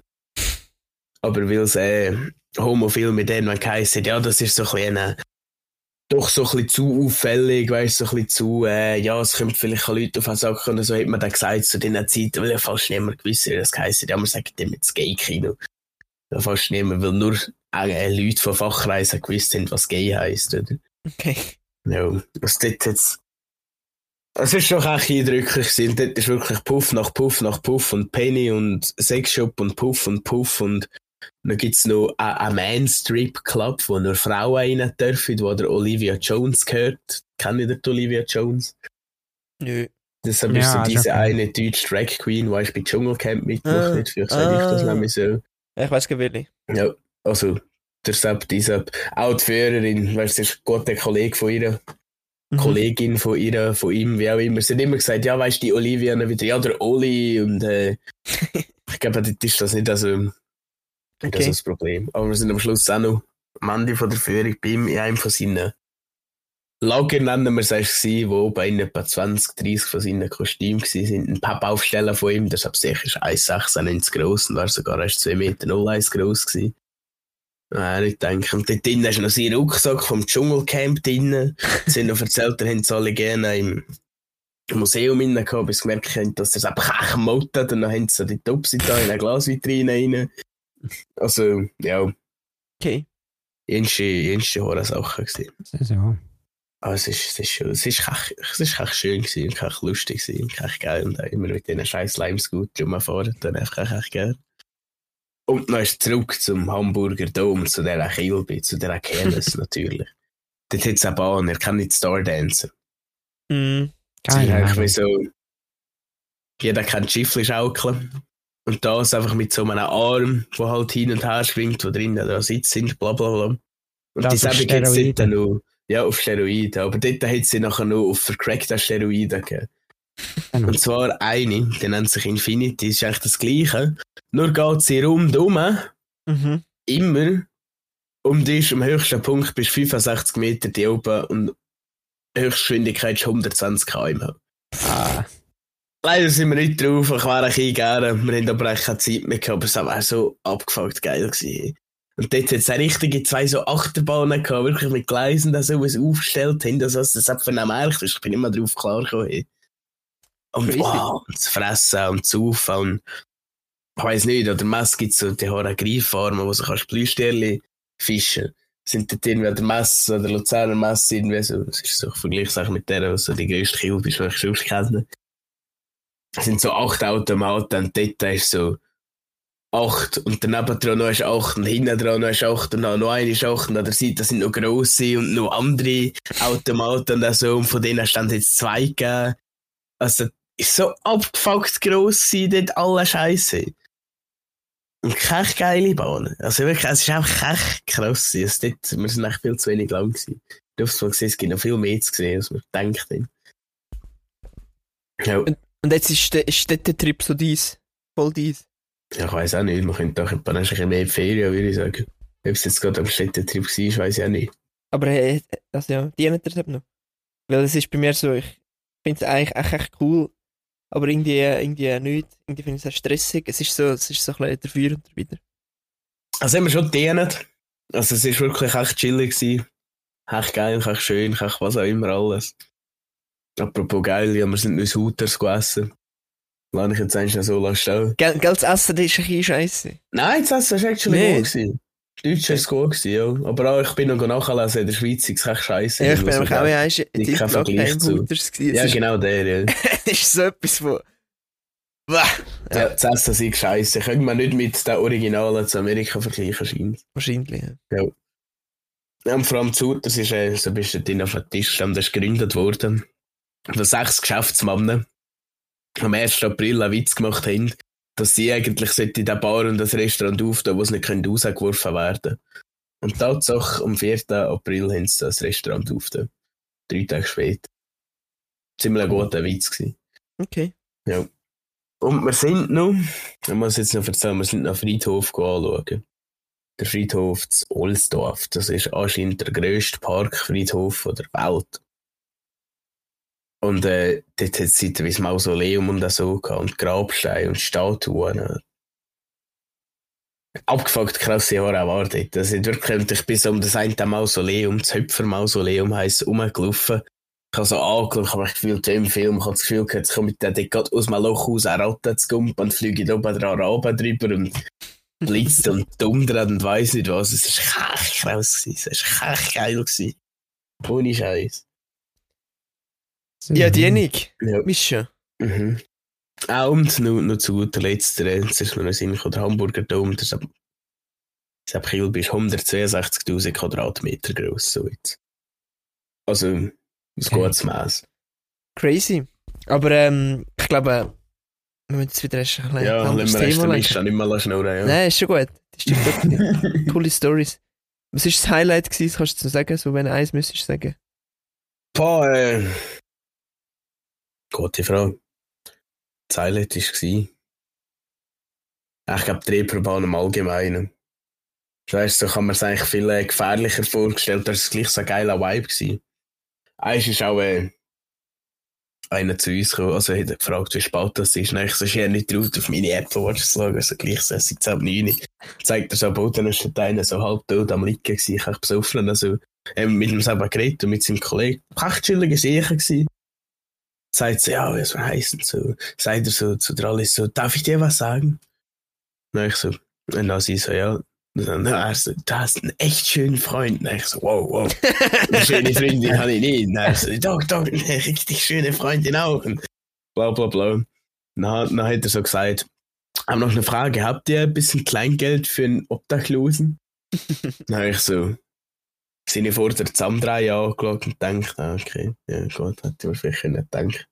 Aber weil es Homofilme dann geheissen, ja, das ist so ein bisschen doch so ein bisschen zu auffällig, weißt du, so ein bisschen zu, ja, es kommt vielleicht Leute auf den Sack und so hat man dann gesagt, zu dieser Zeit, weil ja fast niemand gewusst, wie das geheissen, ja, man sagt dem jetzt Gay-Kino. Ja, fast niemand, weil nur Leute von Fachkreisen gewusst haben, was Gay heisst, oder? Okay. Ja, was dort jetzt. Es ist schon echt eindrücklich gewesen. Dort ist wirklich Puff nach Puff nach Puff und Penny und Sexshop und Puff und Puff und dann gibt es noch einen Man-Strip-Club, wo nur Frauen rein dürfen, wo der Olivia Jones gehört. Kennt ihr die Olivia Jones? Nö. Deshalb ist so diese eine deutsche Drag Queen, die bei Dschungelcamp mitmacht. Nicht vielleicht sage ich das nämlich so. Ich weiß gar nicht. Ja, also der Sepp, diese auch die Führerin, weil es ist ein guter Kollege von ihr. Kollegin von ihr, von ihm, wie auch immer. Sie hat immer gesagt, ja, weißt du, die Olivia wieder, ja, der Oli und ich glaube, das ist das nicht also das ist das Problem. Aber wir sind am Schluss auch noch am Ende von der Führung bei ihm in einem von seinen Lager, nennen wir es, wo bei etwa 20, 30 von seinen Kostümen waren. Ein Pappaufsteller von ihm, deshalb sicher ist 1,96 gross und war sogar erst 2,01 Meter gross gewesen. Ich denke, und dort drinnen ist noch sein Rucksack vom Dschungelcamp drin. Sie haben noch erzählt, da haben sie alle gerne im Museum drin gehabt, bis sie gemerkt haben, dass er es einfach echt mottet. Und dann haben sie die Topsi da in eine Glasvitrine rein. Also, ja. Okay. Jenste Horrorsachen gewesen. So. Aber es ist echt schön gewesen, und echt lustig gewesen, und echt geil. Und immer mit diesen scheiß Limescootern rumfahren, dann einfach echt geil. Und dann ist zurück zum Hamburger Dom, zu dieser Kilbe, zu dieser Kernes natürlich. Dort hat es eine Bahn, er kann nicht Stardancer. Mhm. Geil. So, jeder kennt Schiffli-Schaukeln. Und das einfach mit so einem Arm, der halt hin und her schwingt, wo drinnen da sitzt sind, bla bla bla. Und das die selbe gibt es dort noch, ja, auf Steroiden. Aber dort hat sie nachher noch auf vercrackte Steroiden gegeben. Genau. Und zwar eine, die nennt sich Infinity, ist eigentlich das Gleiche. Nur geht sie rundum, immer, und ist am höchsten Punkt bis 65 Meter die oben und Höchstgeschwindigkeit ist 120 km/h. Leider sind wir nicht drauf, ich wäre ein gerne. Wir haben aber eigentlich keine Zeit mehr gehabt, aber es war so abgefuckt geil gewesen. Und dort hat es auch richtige 2 so Achterbahnen gehabt, wirklich mit Gleisen, die so was aufgestellt haben, dass das einfach nicht merkt. Ich bin immer drauf klar gekommen. Und wow, und das Fressen und das Saufen und ich weiss nicht, oder Mess gibt es so die Greiffarmen, wo du kannst Blühstierchen fischen. Sind dort irgendwie an der Messe oder Luzerner Messe irgendwie so, das ist so, ich vergleiche es auch mit der, was so die grösste Kilbe ist, die ich schon kenne. Es sind so 8 Automaten und dort ist so 8 und daneben dran noch ist 8 und hinten dran noch ist 8 und dann noch eine ist 8 und an der Seite sind noch grosse und noch andere Automaten und so und von denen stand jetzt 2 gegeben. Also ist so abgefuckt gross dort alle Scheiße. Und keine geile Bahn. Also wirklich, es ist einfach echt krass. Wir sind echt viel zu wenig lang gewesen. Du hast mal gesehen, es gibt noch viel mehr zu sehen, als man denkt. Ja. Und jetzt ist der Trip so dies, voll dies. Ja, ich weiss auch nicht. Man könnte doch ein paar mehr in die Ferien, würde ich sagen. Ob es jetzt gerade am Städtetrip war, weiss ich auch nicht. Aber also ja, die haben das noch. Weil es ist bei mir so, ich finde es eigentlich echt cool, aber irgendwie nicht. Irgendwie finde ich es auch stressig. Es ist so ein bisschen dafür und wieder. Also haben wir schon gedient. Also es war wirklich echt chillig gewesen. Echt geil, echt schön, echt was auch immer alles. Apropos geil, ja, wir sind nicht Hooters gegessen. Lass ich jetzt eigentlich so stehen. Gell, das Essen ist ein bisschen scheisse. Nein, das Essen war actually gut gewesen. Das Deutsche war gut gewesen, ja. Aber auch, ich bin noch nachgelesen, in der Schweiz ist es echt scheisse. Ja, ich bin nämlich auch nicht kein Vergleich zu. Hooters gewesen. Ja, genau der, ja. Das ist so etwas von... Ja. Das Essen ist scheisse. Können wir nicht mit den Originalen zu Amerika vergleichen, scheint. Wahrscheinlich, ja. Ja, und vor allem zu Hooters ist, so bist du drin auf dem Tisch, das ist gegründet worden. Von 6 Geschäftsmannen am 1. April einen Witz gemacht haben, dass sie eigentlich in der Bar und das Restaurant auftun, wo sie nicht rausgeworfen werden können. Und Tatsache, am 4. April haben sie das Restaurant aufgetan. 3 Tage später. Ziemlich ein guter Witz gewesen. Okay. Ja. Und wir sind noch, ich muss jetzt noch erzählen, wir sind noch Friedhof anschauen. Der Friedhof zu Ohlsdorf. Das ist anscheinend der grösste Parkfriedhof der Welt. Und dort hat es zeitweise Mausoleum und so gehabt, und Grabsteine und Statuen. Abgefuckt krasse Jahre auch war dort. Das ist wirklich, ich bin so um das eine Mausoleum, das Höpfer-Mausoleum heisst es, rumgelaufen. Ich habe so angeschaut, habe mich gefühlt, im Film, ich habe das Gefühl gehabt, jetzt kommt der dort aus dem Loch raus, eine Ratte zu gumpen und fliege oben dran drüber und blitzt und dundert und weiss nicht was. Es war echt krass gewesen. Es war echt geil gewesen. Ohne Scheiß. Ja, die Ja. Mischa. Mhm. Und noch zu guter Letzt, das ist noch ein Sinn, der Hamburger Dom, das ist Kiel bis 162.000 Quadratmeter gross. So jetzt. Also, ein gutes Maß. Crazy. Aber ich glaube, wir müssen jetzt wieder ein bisschen Ja, anderes lassen wir Thema erst nicht mehr schnurren. Ja. Nein, ist schon gut. Das stimmt wirklich. Coole Stories. Was war das Highlight gewesen? Das kannst du sagen, so wenn du eins müsstest sagen. Boah, gute Frage. Das Highlight war, ich glaube, die Reeperbahn im Allgemeinen. Weißt du, so kann man es eigentlich viel gefährlicher vorgestellt, dass es gleich so ein geiler Vibe war. Eins ist auch einer zu uns gekommen, also hat er gefragt, wie spät das ist. Nein, ich so schwer nicht drauf auf meine Apple Watch zu schauen, also gleich so, es ist 9. Zeigt er so am Boden, dann ist einer so halb tot am Liegen gewesen, ich habe besoffen, also mit ihm selber geredet und mit seinem Kollegen. Echt chillige Sache gewesen. Sagt so, ja, was heisst denn so? Sagt er so zu der Alice so, darf ich dir was sagen? Dann ich so, und dann sie so, ja. Und dann er so, du hast einen echt schönen Freund. Und ich so, wow. Eine schöne Freundin habe ich nicht. Und er so, doch, eine richtig schöne Freundin auch. Und bla bla bla. Dann hat er so gesagt, habe noch eine Frage, habt ihr ein bisschen Kleingeld für einen Obdachlosen? Dann habe ich so seine Vorder zusammen 3 Jahre angeschaut und gedacht, okay, ja gut, hätte ich mir vielleicht nicht gedacht.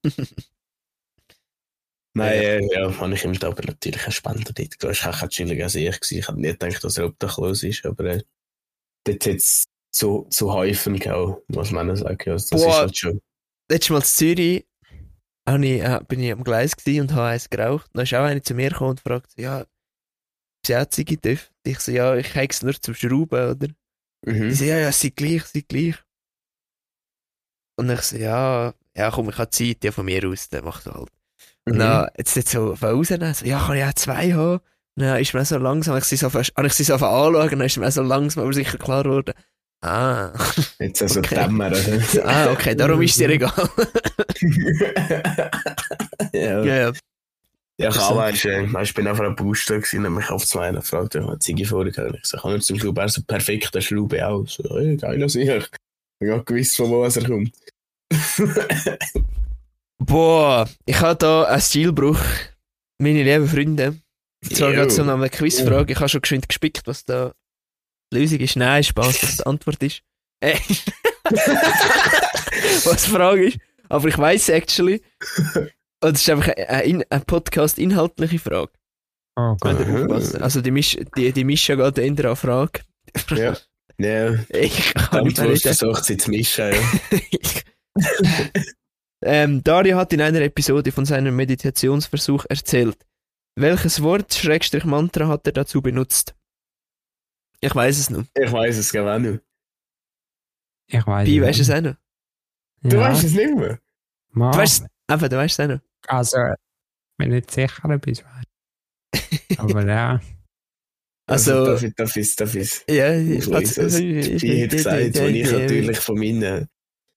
Nein, ja, habe ich ihm aber natürlich einen Spender dort gelassen. Ich war chillig als ich. Ich habe nicht gedacht, dass er obdachlos ist, aber dort hat es zu Häufen gehauen, muss man auch sagen. Also, das ist halt schon. Letztes Mal in Zürich bin ich am Gleis gewesen und habe eins geraucht. Dann ist auch einer zu mir gekommen und fragt, ja, ob sie auch Ziege dürfen. Ich so, ja, ich habe es nur zum Schrauben, oder? Die so, ja, sei gleich. Und ich so, ja, komm, ich habe Zeit, ja, von mir aus, dann mach du halt. Und dann, jetzt so von rausnehmen, so, ja, kann ich auch 2 haben? Und dann ist mir auch so langsam, habe ich sie so anschauen, dann ist mir auch so langsam, aber sicher klar geworden, Jetzt also okay. Dämmer, oder? Okay, darum ist es dir egal. Ja, ich auch, ich bin auf einer Baustelle gewesen und mich auf 2 gefragt, ich habe Ziege vorgehauen. Ich so, kann er zum Schluss so perfekte Schraube auch? So, geil, sicher. Ich habe gewusst, von wo er kommt. Boah, ich habe da einen Stilbruch. Meine lieben Freunde. Und zwar gerade so noch eine Quizfrage. Ich habe schon geschwind gespickt, was da die Lösung ist. Nein, Spaß, was die Antwort ist. Was die Frage ist. Aber ich weiss actually. Und es ist einfach eine Podcast-inhaltliche Frage. Oh Wenn Gott. ihr aufpassen. Also die Mischa geht in der Frage. Ja. Ja. Ich kann Dann nicht mehr reden. versucht sie zu mischen, ja. Dario hat in einer Episode von seinem Meditationsversuch erzählt. Welches Wort, Schrägstrich Mantra, hat er dazu benutzt? Ich weiß es noch. Ich weiss es gar nicht. Ich weiß Pi, weißt du es auch noch? Du weißt es nicht mehr? Du weißt es auch noch. Also, wenn ich nicht sicher ob ich es weiß. Aber ja. Also, darf ich ja, Pi hat gesagt, wo ich natürlich von meinen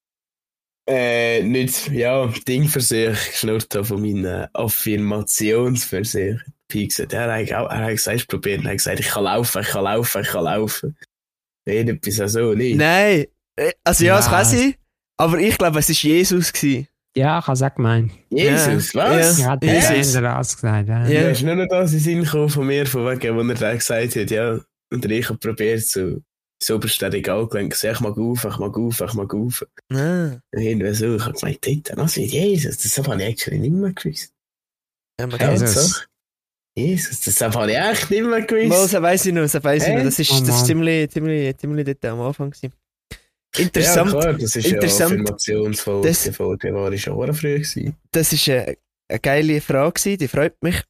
Dingversuch geschnurrt habe, von meinen Affirmationsversuchen. Pi gesagt, er hat gesagt, probieren. Er hat gesagt, ich kann laufen. Etwas so, nicht? Nein, also ja, es Nein. kann sein, aber ich glaube, es war Jesus gewesen. Ja, ich habe es auch gemeint. Jesus, Ja. was? Ich hatte Jesus. den Ras gesagt. Ja. Ja. Ja, ist nur noch das in den Sinn gekommen von mir, von wegen, wo er dann gesagt hat, ja, und ich habe probiert, so das oberste Regal gelenkt, ich mag auf. Ah, Irgendwie so, ich habe gemeint, dort, was mit Jesus? Das habe ich actually nicht mehr gewusst. ja, man Ja, kann Jesus. so. Jesus, das habe ich echt nicht mehr gewusst. Mal, das weiss ich noch. Das ist Oh Mann. ziemlich dort am Anfang gewesen. Interessant, Ja, klar, das ist interessant. ja Affirmationsfolge, Das- die Folge war schon auch früh gewesen. das ist eine geile Frage gewesen, die freut mich.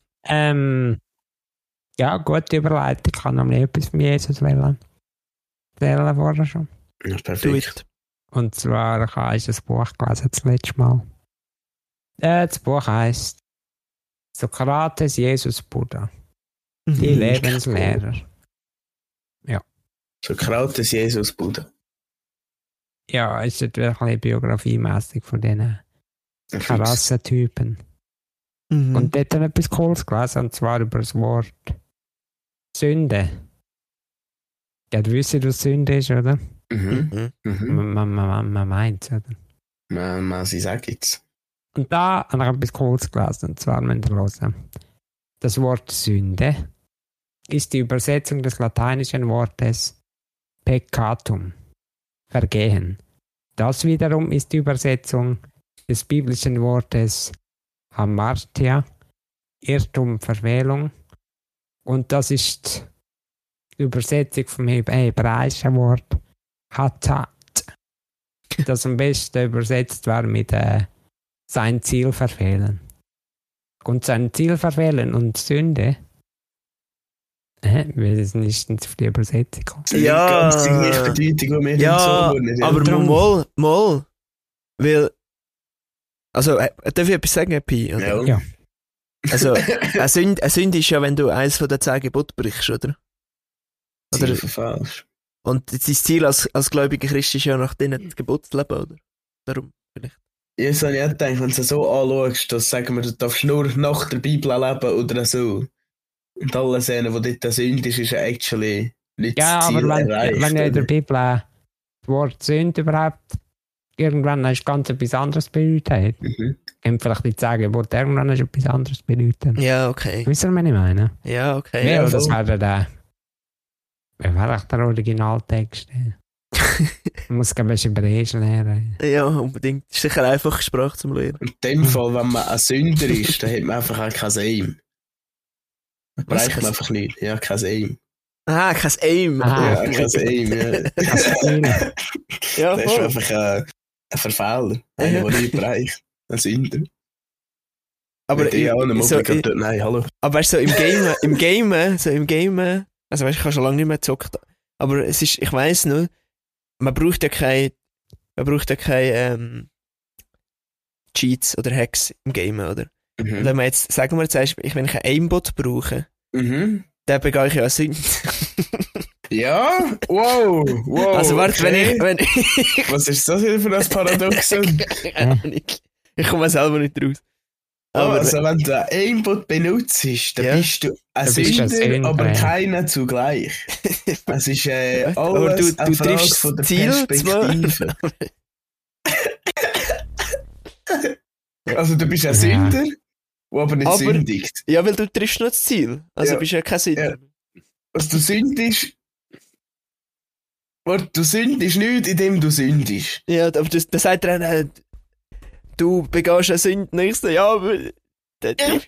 Ja, gute Überleitung. Ich kann noch nie etwas von Jesus wählen. Wählen vorher schon. Ja, Do perfekt. it. Und zwar habe ich ein Buch gelesen das letzte Mal. Das Buch heisst Sokrates, Jesus, Buddha. Die Mhm. Lebenslehrer. Sokrates, Jesus, Buddha. Ja, ist das wirklich biografiemässig von diesen Rassentypen. Mhm. Und dort habe ich etwas Cooles gelesen, und zwar über das Wort Sünde. Ja, du wisst, was Sünde ist, oder? Mhm. Mhm. Mhm. Man meint es, oder? Man, sie sagt jetzt. Und da habe ich etwas Cooles gelesen, und zwar müsst ihr hören. Das Wort Sünde ist die Übersetzung des lateinischen Wortes peccatum, Vergehen. Das wiederum ist die Übersetzung des biblischen Wortes hamartia, Irrtum, Verfehlung. Und das ist die Übersetzung vom hebräischen Wort hatat, das am besten übersetzt wäre mit sein Ziel verfehlen. Und sein Ziel verfehlen und Sünde, wir sind nicht auf die Übersetzung gekommen. Das ist Ja. ganz die gleiche Bedeutung, die wir Ja, so wollen. aber Drum. mal. Weil, also, darf ich etwas sagen, Pi? Oder? Ja. Ja. Also, eine Sünde ist ja, wenn du eines von den 10 Geboten brichst, oder? Ziel Oder verfehlst. und dein Ziel als gläubiger Christ ist ja nach diesen Geboten zu leben, oder? Darum, vielleicht. Ja, so habe ich auch gedacht, wenn du es so anschaust, dass sagen wir, du darfst nur nach der Bibel leben oder so. Und alle Szenen, wo dort Sünde ist ja actually nicht Ja, das aber Ziel wenn erreicht. ja in der oder? Bibel das Wort Sünde überhaupt irgendwann ist ganz etwas anderes bedeutet. Mhm. Kann vielleicht nicht sagen, Gebote irgendwann ist etwas anderes bedeutet. Ja, okay. Wisst ihr, was ich meine? Ja, okay. Ja, Ja, das voll. wäre der Originaltext. Man muss glaube ich Hebräisch lernen. Ja, unbedingt. Ist sicher einfach Sprache zum Lernen. In dem Fall, wenn man ein Sünder ist, dann hat man einfach auch kein Aim. Dann Was, bereicht man kein- einfach nicht. Ja, kein Aim. Ah, kein Aim. Aha. Ja, kein Aim, ja. Ja, Das ist voll. einfach ein Verfehler. Einer, der nicht bereicht. Ein Sünder. Aber, ja auch nicht so, Nein, hallo. aber weißt du, so im Game, also weißt du, ich habe schon lange nicht mehr gezockt, aber es ist, ich weiss nur, man braucht ja keine Cheats oder Hacks im Game, oder? Und Mhm. wenn man jetzt, sagen wir jetzt, wenn ich einen Aimbot brauche, Mhm. dann begehe ich ja eine Sünde. Ja? Wow. Also warte, okay. wenn ich Was ist das wieder für ein Paradoxon? keine Ahnung. Ich komme selber nicht raus. Aber Also wenn du ein Aimbot benutzt, dann Ja. bist du ein Dann bist du Sünder, ein Sünder, aber ja. keiner zugleich. Es ist Aber alles du eine Frage triffst von der das Ziel Perspektive. Also du bist ein Ja. Sünder, der aber nicht Aber- sündigt. ja, weil du triffst noch das Ziel. Also Ja. bist du ja kein Sünder. Ja. Also du sündest... Warte, du sündest nicht, indem du sündest. Ja, aber das sagt er dann, du begehst eine Sünde, nächste, ja, aber Ich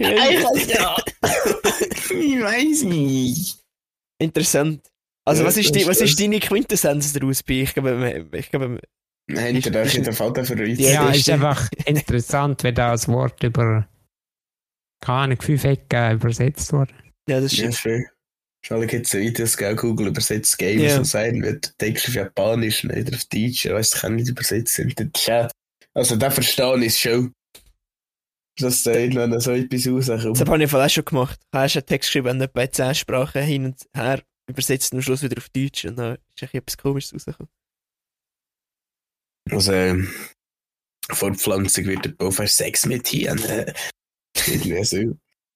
weiß nicht. Interessant. Also, Ja, was ist das ist deine Quintessenz daraus? Ich glaube, Hinter euch in der Faden verrückt. Ja, das ist ist- einfach interessant, wie das Wort über keine Ahnung, 5 Ecken übersetzt wurde. ja, das Ja, stimmt. schön. Schau, gibt es Videos, gell, Google übersetzt Games Ja. und sein wird Text auf Japanisch, nicht auf Deutsch, ich weiss, ich kann nicht übersetzen. Also, da verstehe ich schon. Dass da irgendwann so etwas rauskommt. Das habe ich auch schon gemacht. Du hast einen Text geschrieben, wenn bei 10 Sprachen hin und her übersetzt und am Schluss wieder auf Deutsch und dann ist etwas Komisches rausgekommen. Also, Fortpflanzung wird der Baufer Sex mit Tieren. Irgendwie so.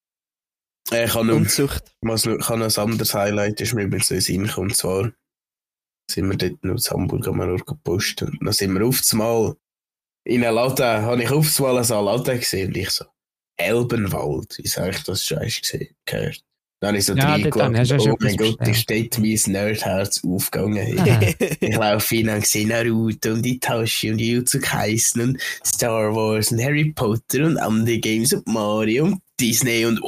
Ich habe noch Unzucht. noch ein anderes Highlight, ist mir übrigens so in den Sinn gekommen, und zwar sind wir dort noch in Hamburg am Ort gepostet und dann sind wir aufs Mal in einem Laden, habe ich aufs Mal so einen Laden gesehen und ich so, Elbenwald, wie sag ich das schon gesehen, gehört. Dann habe ich so Ja, reingeschaut, dort hast du schon oh mein etwas Gott, da steht mein Nerdherz aufgegangen. Aha. Ich laufe hin und sehe Naruto und Itachi und Jujutsu Kaisen und Star Wars und Harry Potter und andere Games und Mario und Disney und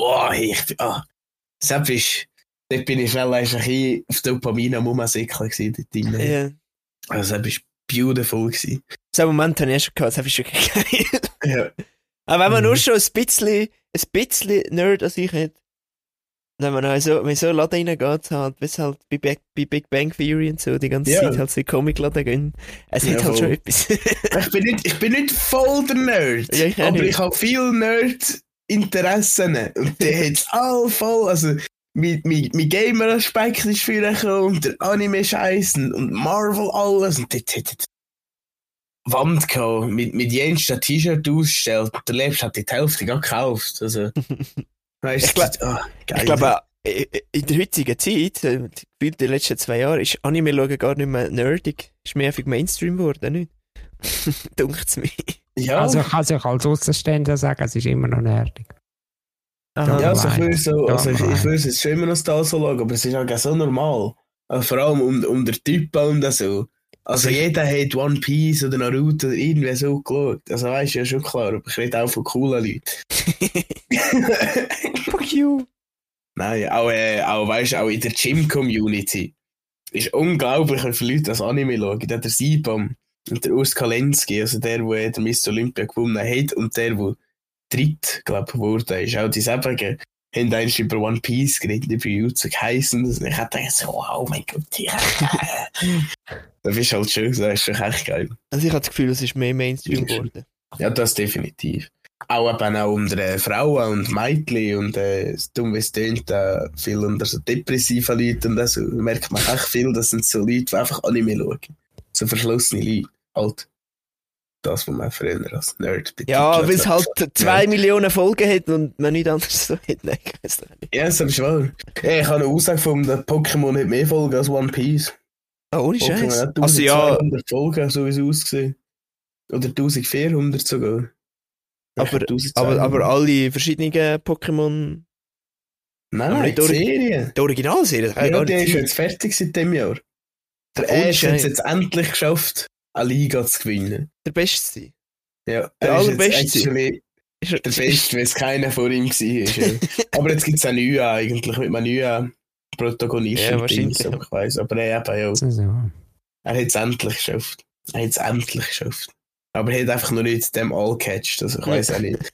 dort bin ich schnell ein bisschen auf Dopamin am Umsäckeln gewesen dort drin. Ja. Also das war beautiful gewesen. So einen Moment habe ich auch schon gehabt, das ist wirklich geil. Ja. Aber wenn man Mhm. nur schon ein bisschen Nerd an sich hat, wenn man also, wenn so einen Laden reingeht, halt, bis halt bei Big Bang Theory und so, die ganze Ja. Zeit halt so in Comic-Laden gehen, es Ja, hat halt schon voll. etwas. Ich bin nicht voll der Nerd, Ja, ich auch aber nicht. ich habe viel Nerd-Interessen und die hat es all voll, also mein Gamer-Aspekt ist viel gekommen, der Anime-Scheiß und Marvel alles und dort hat es Wand gehabt, mit jensten T-Shirt ausgestellt und der Lebst hat die Hälfte gar gekauft, also weißt Ich glaub- geil. Ich glaube, in der heutigen Zeit, gefühlt in den letzten 2 Jahren, ist Anime schauen gar nicht mehr nerdig. Ist mehr einfach Mainstream geworden, nicht? Dunkt's mir. ja, Also ich kann sich als Außenstehender sagen, es ist immer noch nerdig. Aha. ja, also ich Nein. würde so, also ich Nein. würde es schon immer noch da so schauen, aber es ist halt so normal. Also vor allem um den Typen und so. Also jeder hat One Piece oder Naruto oder irgendwie so geschaut. Also weißt du, ja schon klar, aber ich rede auch von coolen Leuten. Fuck you. Nein, auch weißt du, auch in der Gym-Community ist unglaublich, wie viele Leute das Anime schauen. Da der Sibam und der Urs Kalenski, also der der Mr. Olympia gewonnen hat und der dritt, glaube ich, wurde, ist auch dieselben. Haben eigentlich über One Piece geredet, über Jujutsu Kaisen. Und ich hatte gedacht, so, oh mein Gott, ja. Das ist halt schön, das ist schon echt geil. Also ich habe das Gefühl, es ist mehr Mainstream geworden. Ja, das definitiv. Auch eben auch unter Frauen und Mädchen und dumm wie es tönt, viel unter so depressiven Leuten und so merkt man echt viel, das sind so Leute, die einfach Anime schauen. So verschlossene Leute. Halt. Das, was man früher als Nerd betitelt Ja, weil es hat. halt 2 Millionen Folgen hat und man nicht anders so hat. Nein, ich weiß doch nicht. Ja, das ist wahr. Ja, ich habe eine Aussage gefunden, Pokémon hat mehr Folgen als One Piece. Ah, ohne Pokémon Scheiß. hat Also ja, 1200 Folgen, so wie es aussieht. Oder 1400 sogar. aber alle verschiedenen Pokémon... Nein, aber nicht die Serie. Die Originalserie, das kann Ja, gar die nicht ist sein. jetzt fertig seit dem Jahr. Der Ohne Ash hat es Scheiß. jetzt endlich geschafft, eine Liga zu gewinnen. Der Beste sein. Ja, Der er ist allerbeste. jetzt actually Ist der Beste, weil es keiner vor ihm war. Ja. Aber jetzt gibt es einen neuen eigentlich, mit einem neuen Protagonisten. Ja, wahrscheinlich. So, ich weiss. Aber er eben, ja. Also, Er hat es endlich geschafft. Aber er hat einfach noch nicht dem All catched, also ich weiß auch nicht.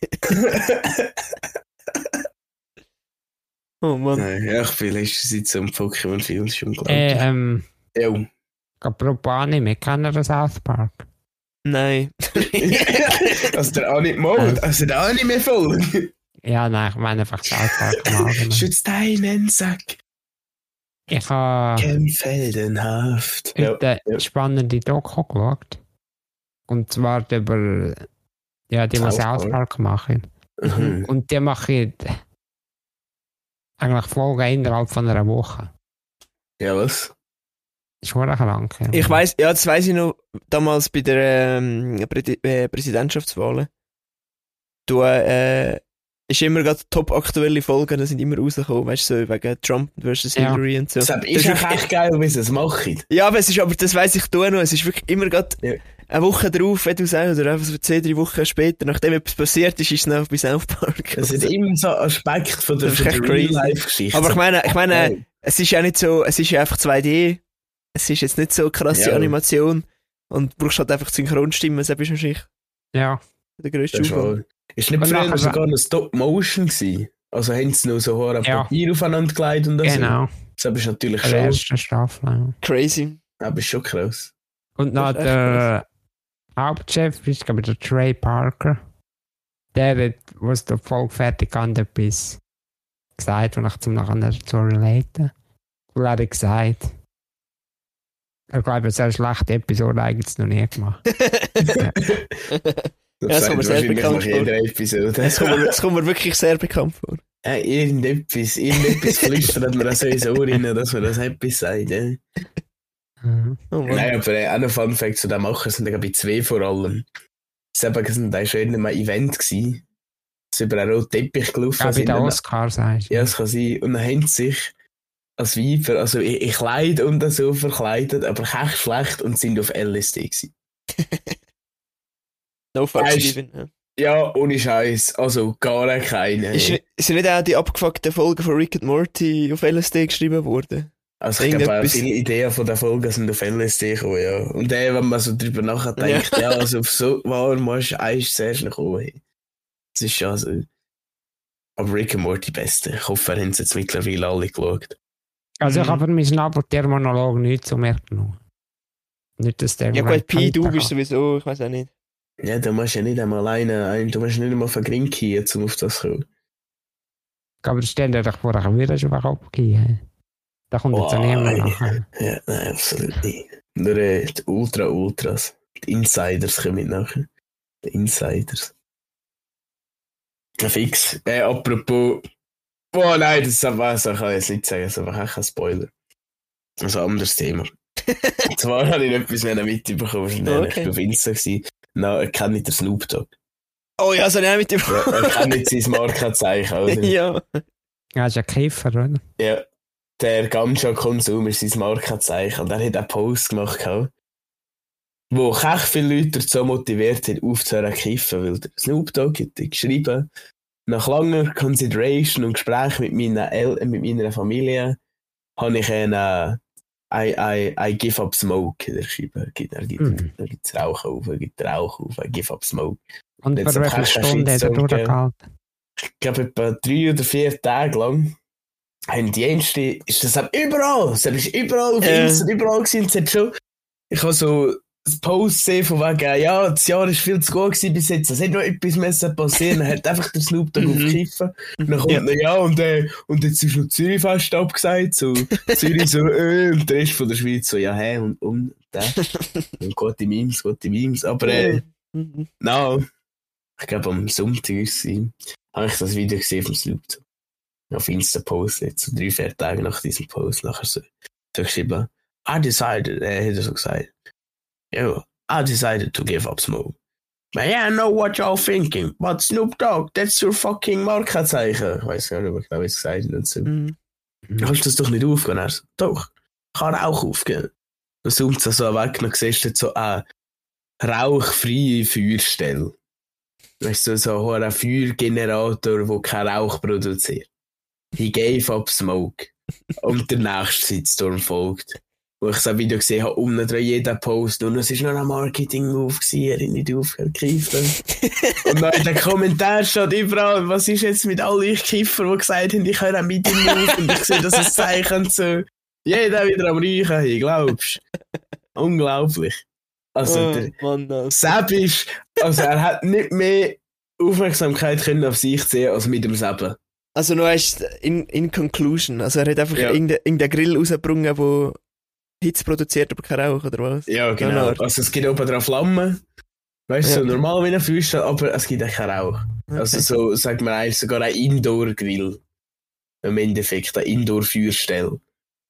Oh Mann. Nein, ja, ich bin letzte Zeit so ein Pokémon-Film schon unglaublich. Ja. apropos Anime, kennt ihr South Park? Nein. Also der Anime-Mode, also der Anime-Folge. Ja, nein, ich meine einfach South Park im Allgemeinen. Schütz deinen Sack, Ich habe kämpf heldenhaft. heute eine spannende Doku geschaut. Und zwar über die South South Park. Park machen. Mhm. Und die machen eigentlich Folgen innerhalb von einer Woche. Ja, was? Ist schon lang. Ja. Ich weiss, ja, das weiss ich noch, damals bei der Präsidentschaftswahlen. Du, ist immer gerade top aktuelle Folgen, da sind immer rausgekommen, weißt du, so wegen Trump versus Ja. Hillary und so. Das ist wirklich- echt geil, wie sie es machen. Ja, aber das weiss ich noch, es ist wirklich immer gerade, Ja. eine Woche drauf, wenn du sagst, oder einfach so 2-3 Wochen später, nachdem etwas passiert ist, ist es noch bei South Park. Es ist immer so ein Aspekt von der, Das ist echt crazy. Real-Life-Geschichte. Aber ich meine, es ist ja nicht so, es ist ja einfach 2D. Es ist jetzt nicht so krasse Ja. Animation. Und du brauchst halt einfach Synchronstimmen, das ist wahrscheinlich Ja. der grösste Das ist Aufwand. wahr. Ist nicht Und früher nachher- sogar ein Stop-Motion gewesen? Also haben sie noch so hohe Ja. Papier aufeinander gelegt und das. Genau. Das ist natürlich Der schon, erste Staffel. Ja. Crazy. aber ist schon krass. Und noch Das ist echt der Hauptchef ist, glaube ich, der Trey Parker. Der hat, was der Folge fertig an etwas gesagt, und ich zum nachher dazu relaten. Und er hat gesagt, ich glaube, es ist eine schlechte Episode eigentlich noch nie gemacht. Das kommt mir sehr wahrscheinlich bekannt nach jeder Episode. Es kommt mir wirklich sehr bekannt vor. Irgendetwas flüstert mir so ins Ohr rein, dass man das etwas sagt. Ja. Mhm. Oh Mann. Nein, aber auch noch Fun Fact zu dem Machen sind bei 2 vor allem. Es war schon in einem Event gewesen. Es ist über einen roten Teppich gelaufen. Ja, bei den Sind Oscars sagst du. Ja, es kann sein. Und dann haben sie sich als Weiber, also in Kleid und so verkleidet, aber echt schlecht und sind auf LSD gewesen. No fucks Weißt- given. Ja. Ja, ohne Scheiß. Also gar keine. Sind nicht auch die abgefuckten Folgen von Rick and Morty auf LSD geschrieben worden? Also ich glaube, irgendetwas- viele Ideen von der Folge sind auf LSD gekommen, ja. Und wenn man so drüber nachdenkt, ja, also auf so warm musst du eigentlich zuerst noch kommen. Hey. Das ist schon so. Aber Rick and Morty beste. Ich hoffe, wir haben es jetzt mittlerweile alle geschaut. Also ich Mhm. habe für meinen Schnabelterminolog nichts zu merken genommen. Nicht, dass der Ja gut, Pi, du Kanten bist hat. sowieso, ich weiß auch nicht. Ja, du musst ja nicht einmal du musst nicht einmal auf einen Grink gehen, um auf das zu kommen. Aber stell dir doch vor, ich würde schon mal abgehen. Da kommt jetzt auch niemand Wow, nachher. Ja, nein, absolut nicht. Nur die Ultras. Die Insiders kommen nachher. Die Insiders. Ja, fix. Apropos. Oh nein, das ist aber so, kann ich jetzt nicht sagen, das ist einfach echt ein Spoiler. Das ist ein anderes Thema. Und zwar habe ich etwas mitbekommen, ich war Okay. auf Insta gewesen. Na, er kennt nicht den Snoop Dogg. Oh ja, so nicht mit dem. Ja, er kennt nicht sein Markenzeichen, oder? Ja. Ja, ist ein Kiffer, oder? Ja, der Ganja-Konsum ist sein Markenzeichen. Und er hat einen Post gemacht, gehabt, wo echt viele Leute dazu motiviert haben, aufzuhören zu kiffen. Weil der Snoop Dogg hat geschrieben, nach langer Consideration und Gespräch mit meiner Familie, habe ich I give up smoke geschrieben. Er gibt Rauchen auf, er gibt Rauch auf, I give up smoke. Und Jetzt für wie viele hast du einen Stunden hat er Shitstorm durchgehalten? Ich glaube, etwa 3 oder 4 Tage lang haben die Dienste, ist das auch überall. Es ist überall auf Insta, überall gewesen. Es hat schon, ich habe so ein Post gesehen von wegen, ja, das Jahr ist viel zu gut gewesen bis jetzt. Es hätte noch etwas müssen passieren. Er hat einfach den Snoop Dogg aufkiffen. Und dann kommt er, ja, und jetzt ist noch Zürich fast abgesagt. So, Zürich so, und der Rest von der Schweiz so, ja, hä, und der. Und gute Memes. Aber, no, ich glaube, am Sonntag ist es, habe ich das Video gesehen vom Snoop Dogg. Auf Insta Post, jetzt so 3-4 Tage nach diesem Post, nachher so geschrieben, I decided, hat er so gesagt, yo, I decided to give up smoke. But yeah, I know what y'all thinking, but Snoop Dogg, that's your fucking Markenzeichen. Ich weiß gar nicht, was ich glaube, ich gesagt habe. So. Kannst du das doch nicht aufgehen? Er so, doch, kann auch aufgehen. Dann zoomt es so weg, dann siehst du so eine rauchfreie Feuerstelle. Weißt du, so ein Feuergenerator, der keinen Rauch produziert. He gave up smoke. Und der nächste Shitstorm folgt. Wo ich so ein Video gesehen habe, dran jeden Post. Und es war noch ein Marketing-Move, er hat nicht aufgehört zu kiffen. Und dann in den Kommentaren steht überall, was ist jetzt mit all euch Kiffer, die gesagt haben, ich höre auch mit ihm auf. Und ich sehe, dass es Zeichen so. Jeder wieder am Reichen, hey, glaubst du? Unglaublich. Also, der Seb ist, also er hat nicht mehr Aufmerksamkeit können auf sich ziehen als mit dem Seben. Also nur erst in Conclusion. Also er hat einfach irgendeinen Grill rausgebrungen, der Hitze produziert, aber kein Rauch, oder was? Ja, genau. Also es gibt oben drauf Flammen. Weißt du, so normal wie ein Feuerstall, aber es gibt auch keinen Rauch. Okay. Also so, sagt man eigentlich, sogar ein Indoor-Grill. Im Endeffekt, ein Indoor-Feuerstell.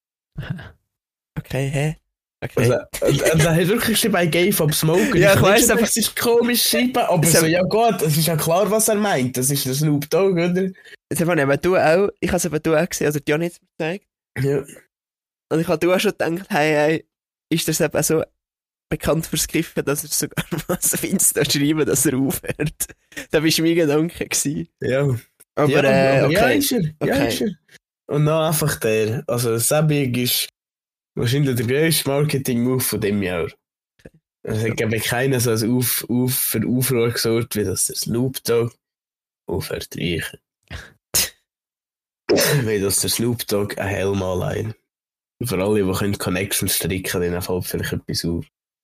Okay, hä? Okay. Also, und er hat wirklich geschrieben, I gave up smoke. Ja, ich weiss, aber es ist komisch geschrieben, aber so, ja gut, es ist ja klar, was er meint. Das ist der Snoop Dogg, oder? Jetzt haben wir du auch, ich habe es eben du auch gesehen, also Johnny hat es mir gezeigt. Ja. Und ich habe du auch schon gedacht, hey, ist das eben so, bekannt fürs Kiffen, dass er sogar was auf Insta schreiben, dass er aufhört. Da war mein Gedanke gewesen. Ja. Aber, ja, okay. ja, ist er. Ja, Okay. ist er. Und dann einfach der. Also, Sebig ist wahrscheinlich der grösste Marketing-Move von dem Jahr. Also, ich glaube, keiner so für Aufruhr gesorgt, wie das der Snoop Dogg aufhört zu riechen. Wie das der Snoop Dogg ein Helm anlegt. Für alle, die können Connections stricken, dann fällt vielleicht etwas auf.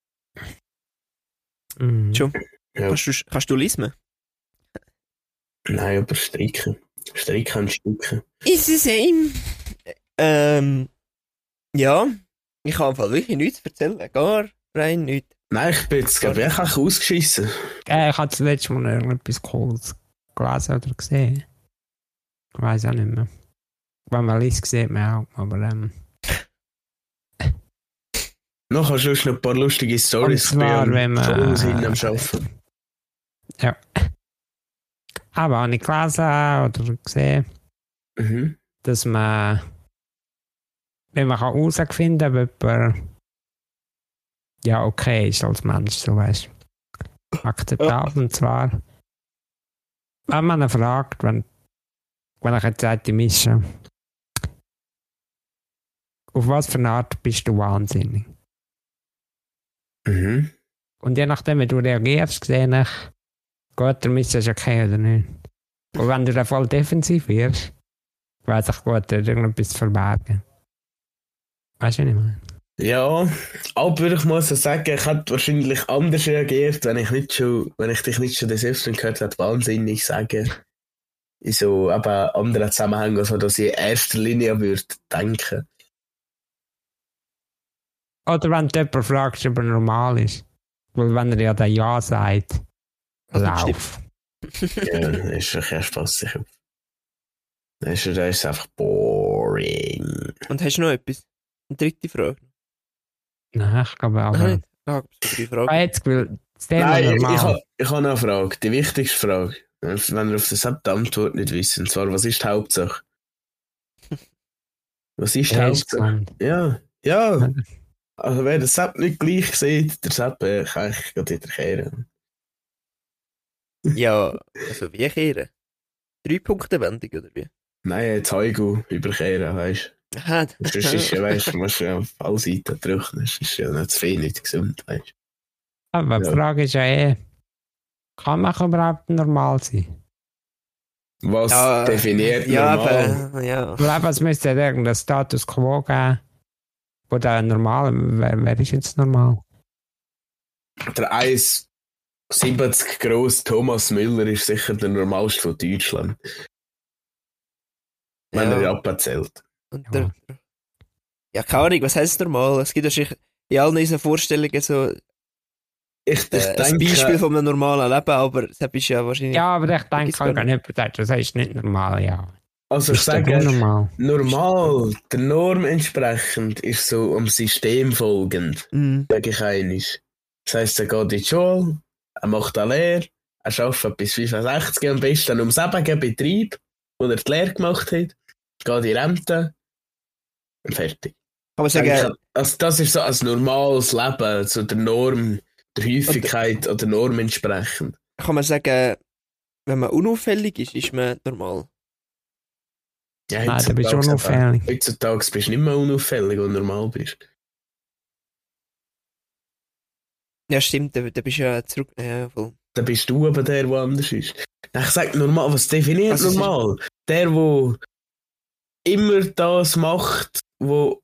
Mhm. Schon. Ja. Kannst du lesen? Nein, aber stricken. Stricken und Stücken. Ist es ihm? Ja. Ich habe einfach wirklich nichts zu erzählen. Gar rein nichts. Nein, ich bin jetzt, glaube ich, auch ausgeschissen. Ich habe das letzte Mal irgendetwas Cooles gelesen oder gesehen. Ich weiß auch nicht mehr. Wenn man liest, sieht man auch. Aber Noch hast du noch ein paar lustige Storys Und zwar, wenn man- am Arbeiten. ja. Aber habe ich gelesen oder gesehen, Mhm. dass man, wenn man herausfinden kann, ob jemand ja okay ist als Mensch, so weißt du. Akzeptabel. Und zwar, wenn man ihn fragt, wenn ich jetzt sage, Mischa, auf was für eine Art bist du wahnsinnig? Mhm. Und je nachdem, wie du reagierst, sehe ich, gut, der Mischa ist okay oder nicht. Und wenn du dann voll defensiv wirst, weiss ich gut, da ist irgendetwas zu verbergen. Weißt du, was ich meine? Ja, aber ich muss auch sagen, ich hätte wahrscheinlich anders reagiert, wenn ich dich nicht schon des Öfteren gehört hätte, wahnsinnig sagen. In so eben anderen Zusammenhängen, also dass ich in erster Linie würde denken. Oder wenn du jemanden fragst, ob er normal ist. Weil wenn er ja dann Ja sagt, lauf. Ja, das ist wirklich spaßig. Das ist einfach boring. Und hast du noch etwas? Eine dritte Frage? Nein, ich glaube aber. Nein, nicht. Ah, gibt's drei Fragen. Jetzt will das Thema Nein, normal. ich habe noch eine Frage. Die wichtigste Frage. Wenn ihr auf das die Antwort nicht wisst. Und zwar, was ist die Hauptsache? Was ist die Ja, ist Hauptsache? gespannt. Ja. Also wer den Sepp nicht gleich sieht, der Sepp kann ich gerade wieder kehren. Ja, also wie kehren? 3-Punkte-Wendung oder wie? Nein, jetzt Heugu überkehren, weißt Aha. du. Sonst ist ja, weißt du, musst ja auf alle Seiten drücken. Das ist ja nicht zu viel, nicht gesund, weißt Aber die Ja. Frage ist ja kann man überhaupt normal sein? du. Was Ja, definiert ja, normal? aber, ja. Ich glaube, es müsste ja irgendeinen Status quo geben. Oder normal, wer ist jetzt normal? Der 1,70 grosse Thomas Müller ist sicher der normalste von Deutschland. Wenn er Ja. abzählt. Und ja, keine Ahnung, was heisst normal? Es gibt wahrscheinlich in allen unseren Vorstellungen so Ich ein denke, Beispiel von einem normalen Leben, aber das ist ja wahrscheinlich... Ja, aber ich denke, Gibt's gar gar nicht, das ist nicht normal, ja. also ich Ist doch sage, normal. normal, der Norm entsprechend, ist so am System folgend, Mhm. sage ich einiges. Das heisst, er geht in die Schule, er macht eine Lehre, er arbeitet bis 65, am besten um 7 Betrieb, wo er die Lehre gemacht hat, geht in die Rente und fertig. Kann man sagen, Also das ist so ein normales Leben, so der Norm, der Häufigkeit oder Norm entsprechend. kann man sagen, wenn man unauffällig ist, ist man normal. Ja, Nein, da bist du heutzutage- unauffällig. Heutzutage bist du nicht mehr unauffällig, wenn du normal bist. Ja, stimmt, da bist du ja zurück... Ja, voll. Dann bist du aber der anders ist. Ich sage normal, was definiert Also es ist- normal? Der immer das macht, wo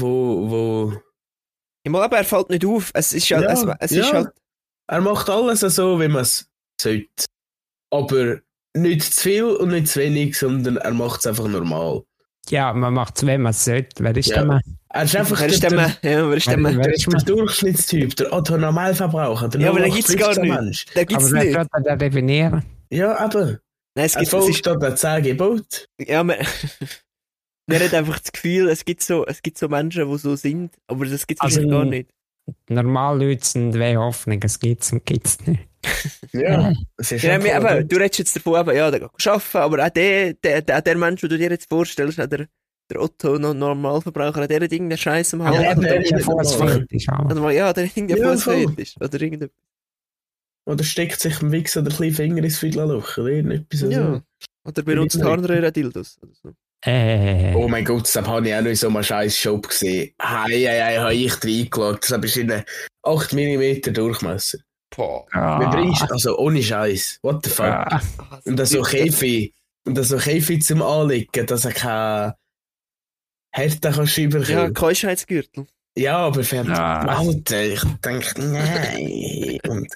Ja, mal, aber er fällt nicht auf. Es ist halt... Ja, es ja. ist halt... er macht alles so, wie man es sollte. Aber nicht zu viel und nicht zu wenig, sondern er macht es einfach normal. Ja, man macht es, wenn man es sollte. Wer ist Ja. der Mann? Er ist einfach Wer ist der Mann? Ja, wer ist der Mann? Wer ist der man? Durchschnittstyp, der Otto-Normalverbraucher, der Ja, aber den gibt's gar 0815 nicht. Mensch. Da gibt's Aber wer nicht. sollte den definieren? Ja, aber Nein, es er gibt... Es folgt ist, da den 10 Geboten. ja, man... Man hat einfach das Gefühl, es gibt so Menschen, die so sind, aber das gibt es Also, gar nicht. Normal Leute sind wie Hoffnung, es gibt's und gibt's nicht. Ja, es ist Ja, einfach aber, du redest jetzt davon, aber, ja, der geht arbeiten, aber auch der Mensch, den du dir jetzt vorstellst, der der Otto Normalverbraucher, der hat irgendeinen Scheiß am Aber Hals. der der ist nicht normal. Fußfetisch auch. Ja, der hat irgendeinen Ja, Fußfetisch. Oder irgendein... Oder steckt sich ein Wichser der kleine Finger ins Fiedlerloch oder irgendetwas. Ja. Oder benutzt Bin ich Harnröhren-Dildos. Oder so. Oh mein Gott, das habe ich auch noch in so einem scheiß Shop gesehen. Hei, habe ich reingeschaut. Das ist in einem 8 mm Durchmesser. Boah. Wie bringst du, also ohne Scheiß. What the fuck? Und dann so Käfi zum Anlegen, dass er keine Härte kann schreiben Ja, kann. Keuschheitsgürtel. Ja, aber für Ja. Alter, ich denke, nein.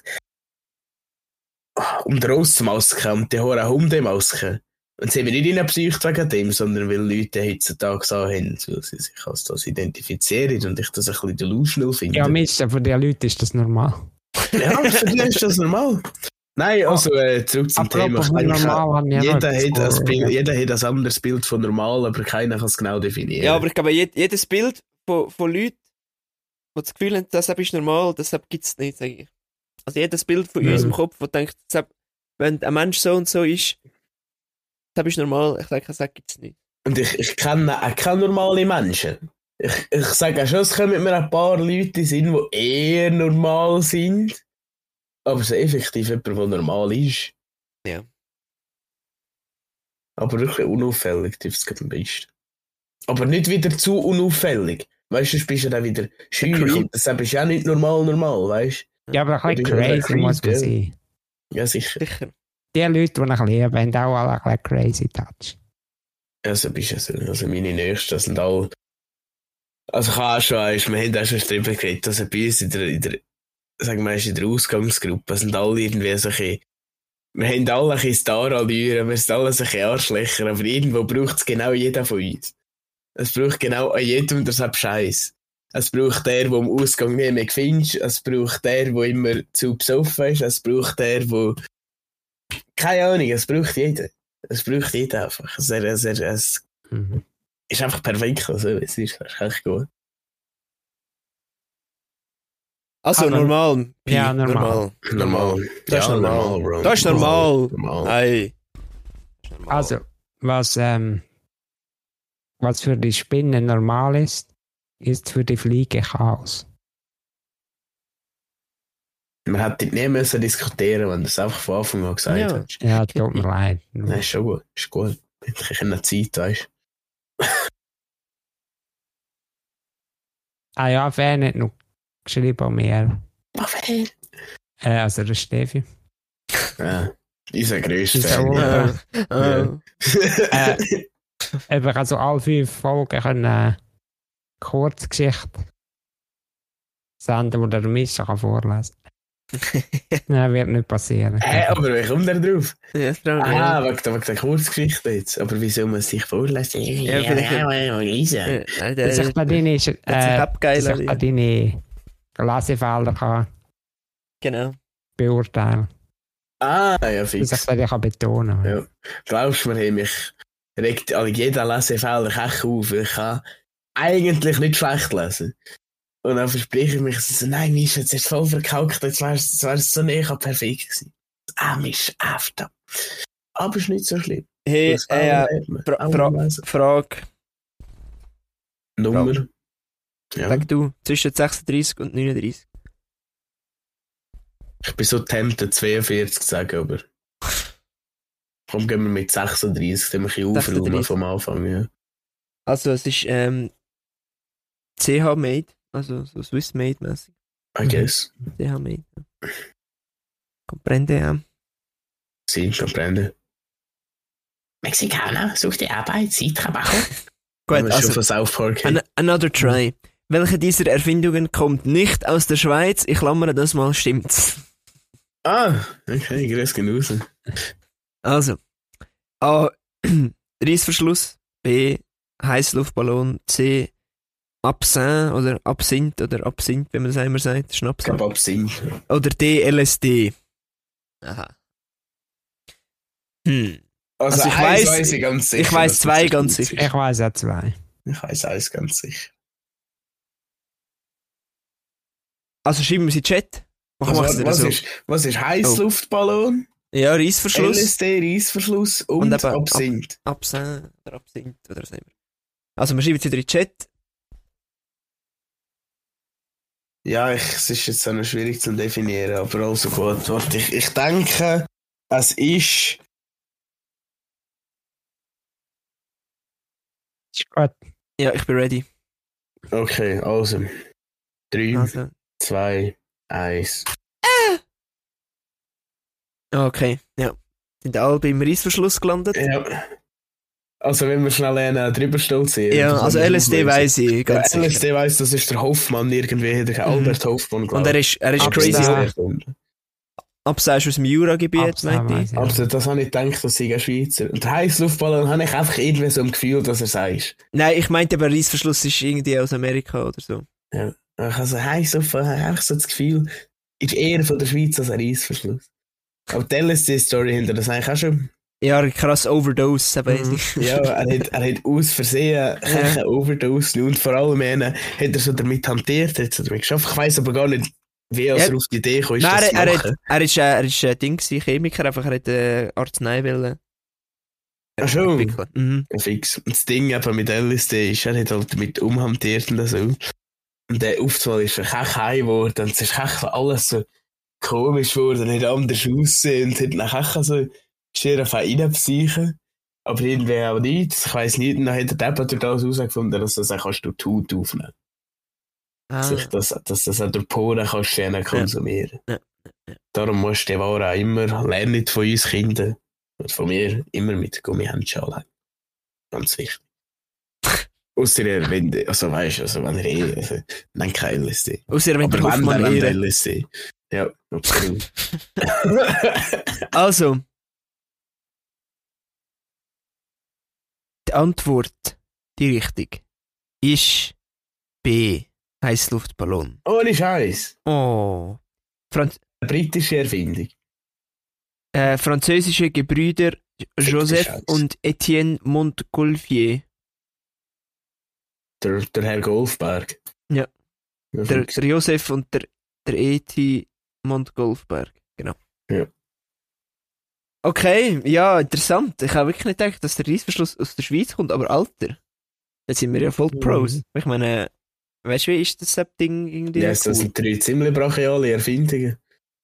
Und die Rossmaske und die hohen Hundemaske. Und sie haben mich nicht reingepsycht wegen dem, sondern weil Leute heutzutage so haben, weil sie sich als das identifizieren und ich das ein bisschen delusional finde. Ja, Mist, für die Leute ist das normal. Ja, für die ist das normal. Nein, also zurück zum Thema. Apropos Ich denke, normal, haben wir jeder hat ein anderes Bild von normal, aber keiner kann es genau definieren. Ja, aber ich glaube, jedes Bild von Leuten, die das Gefühl haben, das ist normal, das gibt es nicht, sage ich. Also jedes Bild von uns im Kopf, wo denkt, wenn ein Mensch so und so ist, das ist normal, ich denke, das gibt es nicht. Und ich kenne auch keine normalen Menschen. Ich sage auch schon, es kommen mir ein paar Leute sind, die eher normal sind, aber es ist effektiv jemand, der normal ist. Ja. Aber wirklich unauffällig, das ist am besten. Aber nicht wieder zu unauffällig. Weißt du, sonst bist du dann wieder schüch und deshalb ist ja auch nicht normal, weißt du? Ja, aber ein bisschen Ja, crazy muss man ja. sein. Ja, sicher. Sicher. Die Leute, die ich liebe, haben auch alle ein bisschen crazy touch. Also bist du also meine Nächsten, das sind alle. Also ich habe auch schon, wir haben auch schon drüber geredet, also bei uns in der sagen wir in der Ausgangsgruppe sind alle irgendwie so ein, wir haben alle ein bisschen Star-Allüren, wir sind alle so ein Arschlöcher, aber irgendwo braucht es genau jeder von uns. Es braucht genau an jedem deshalb Scheiß. Es braucht der am Ausgang nie mehr findest, es braucht der immer zu besoffen ist, es braucht der keine Ahnung, es braucht jeder. Es braucht jeder einfach. Es ist einfach perfekt, also es ist echt gut. Also Aber- normal. Pi, Ja, normal. Normal. Das ist Ja, normal. Bro. Das ist normal. Normal. Hey. Also, was für die Spinne normal ist für die Fliege Chaos. Man hätte nie müssen diskutieren, wenn du es einfach von Anfang an gesagt Ja. hast. Ja, tut mir leid. Nein, ist schon gut. Ist gut. Ich habe Zeit, weißt Ah ja, Fan hat noch geschrieben an mir. du? Also der Steffi. Ja. Unser grösster Ist Fan. auch- Ja. Ja. Eben, ich also alle 5 Folgen können Kurzgeschichte senden, die der Mischa kann vorlesen kann. Nein, wird nicht passieren. Aber wie kommt er drauf? Ja, das traurig. Wegen der Kurzgeschichte jetzt. Aber wie soll man es sich vorlesen? Ja, vielleicht- lesen. Nein, Dass ich da deine, sich dass abgeilen. ich da deine Lesefelder kann Genau. beurteilen Ja, kann. fix. Dass ich da kann betonen kann. Ja. Glaubst du mir, mich regt jeder Lesefehler echt auf. Ich kann eigentlich nicht schlecht lesen. Und dann verspreche ich mich so, nein, Mischa, jetzt hast du voll verkauft, jetzt wär's so näher perfekt gewesen. Mischa, da. Aber ist nicht so schlimm. Hey, Das lernt man. Auch lesen. Frage. Nummer. Ja. Sag du, zwischen 36 und 39. Ich bin so tempted, 42 zu sagen, aber. Komm, gehen wir mit 36, dann ein bisschen aufräumen 36. vom Anfang, ja. Also es ist CH-Made, also so Swiss-Made-mäßig. I guess. CH-Made. Comprende, ja. Sí, comprende. Mexikaner, sucht die Arbeit, Sie trabajo. Gut, Schon also von South Park. another try. Welche dieser Erfindungen kommt nicht aus der Schweiz? Ich klammere das mal, stimmt's. Okay, grüß genauso. Also, A. Reissverschluss, B. Heißluftballon, C. Absinthe oder Absinth, wie man das immer sagt, Ich Schnaps. glaube, Absinth. Oder D. LSD. Aha. Also ich eins weiss- ich ganz sicher. ich weiss dass zwei das ganz gut sicher. ist. Ich weiss auch 2. Ich weiss eins ganz sicher. Also schreiben wir sie in den Chat. Machen wir es was, so. was ist Heißluftballon? Ja, Reissverschluss. LSD, Reissverschluss und Und eben Absinth. Absinthe oder Absinth oder so immer. Also, wir schreiben es wieder in den Chat. Ja, es ist jetzt auch noch schwierig zu definieren, aber also gut. Warte, ich denke, es ist... Ist gut. Ja, ich bin ready. Okay, also. 3, Also. 2, 1. Okay, ja. Sind alle beim Reissverschluss gelandet? Ja. Also wenn wir schnell einen drüber stolzieren. Ja, also LSD weiss ich ganz ja, sicher. LSD weiss, das ist der Hoffmann irgendwie, der Albert Hoffmann, Und er ist crazy. Abseits aus dem Jura-Gebiet, meinte ich. Aber das habe ich gedacht, das sei ein Schweizer. Und der Heißluftballon habe ich einfach irgendwie so ein Gefühl, dass er sagt. Nein, ich meinte aber Reissverschluss ist irgendwie aus Amerika oder so. Ja, also Heißluftballon habe ich einfach so das Gefühl, ist eher von der Schweiz als ein Reissverschluss. Aber die LSD-Story hinter das eigentlich auch schon. Ja, krass Overdose, weiss ich. Ja, er hat aus Versehen eine Overdose und vor allem hat er so damit hantiert, hat er damit geschafft. Ich weiss aber gar nicht, wie er auf die Idee kam, das zu machen. Er ist ein Ding gewesen, Chemiker, einfach er hat Arznei wollen. Ach schon? Mhm. Fix. Und das Ding eben mit LSD ist, er hat halt damit umhantiert und so. Und der Aufzahl ist heim geworden und es ist alles so komisch geworden, nicht anders aussehen und hat nachher so schier auf einen reinpsychen. Aber irgendwie auch nicht. Ich weiss nicht, und dann hat er eben durch das herausgefunden, dass du das auch durch die Haut aufnehmen kannst. Dass das auch durch Poren kannst du konsumieren. Ja. Darum musst du die Ware auch immer lernen von uns Kindern und von mir immer mit Gummihändchen anlegen. Ganz wichtig. Ausser wenn, also weißt du, also wenn also, dann kein LSD. Ausser wenn der aber Hoffmann wenn dann LSD. Ja, absolut. Also. Die Antwort, die richtig, ist B. Heißluftballon. Ohne Scheiß. Oh. Eine britische Erfindung. Französische Gebrüder Joseph und Etienne Montgolfier. Der Herr Golfberg. Ja. Der Joseph und der Etienne Montgolfier. Genau. Ja. Okay, ja, interessant. Ich habe wirklich nicht gedacht, dass der Reissverschluss aus der Schweiz kommt, aber Alter. Jetzt sind wir ja voll Pros. Ich meine, weißt du, wie ist das Ding irgendwie? Ja, das sind 3 ziemlich brachiale Erfindungen.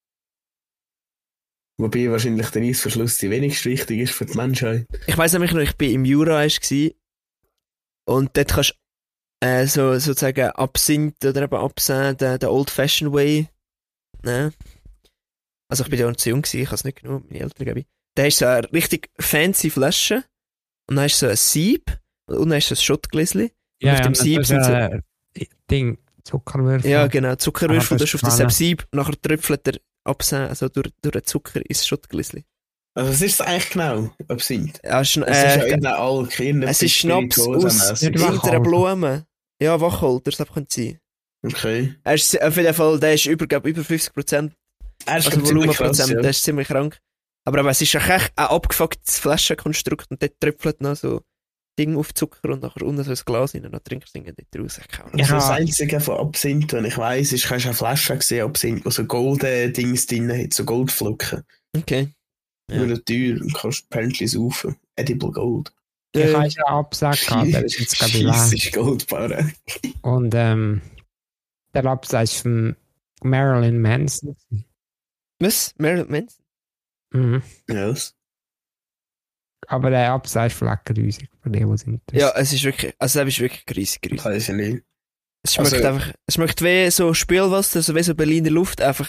Wobei wahrscheinlich der Reissverschluss die wenigst wichtig ist für die Menschheit. Ich weiss nämlich noch, ich bin im Jura und dort kannst du sozusagen Absinth oder eben Absehen, den Old-Fashioned Way. Ne? Also ich bin ja noch zu jung gewesen, ich habe es nicht genug, meine Eltern glaube ich. Da hast du so eine richtig fancy Flasche und dann hast du so ein Sieb und dann hast du so ein Schottgläschen. Ja, auf dem Sieb sind so Ding, Zuckerwürfel. Ja, genau, Zuckerwürfel, das ist auf das das Sieb, nachher tröpfelt der Absehen, also durch den Zucker ins Schottgläschen. Also was ist das eigentlich genau, Absinth? Ja, es ist ja irgendein Alk, es ist Schnaps aus irgendeiner Blume. Ja, Wacholder, das könnte sein. Okay. Er ist auf jeden Fall, der ist über 50%. Also Volumenprozent, ja. Der ist ziemlich krank. Aber es ist echt ein abgefucktes Flaschenkonstrukt und dort tröpfelt noch so Ding auf Zucker und nachher unten so ein Glas rein und dann trinkst du Dinge dort raus. Also das Einzige von Absinth, wenn ich weiss, ist, kannst du eine Flasche sehen, Absinth, wo so Gold-Dings drin hat, so Goldflocken. Okay. Ja. Nur teuer und kannst Päntchen saufen. Edible Gold. Ich habe schon Absack, der ist jetzt gerade Scheissig Goldbarren. Und der Absack ist von Marilyn Manson. Was? Marilyn Manson? Mhm. Yes. Aber der Absack ist vielleicht riesig von dem, was interessiert. Ja, es ist wirklich, also der ist wirklich riesig. Das weiß ich nicht. Es schmeckt einfach, es schmeckt wie so Spülwasser, so wie so Berliner Luft, einfach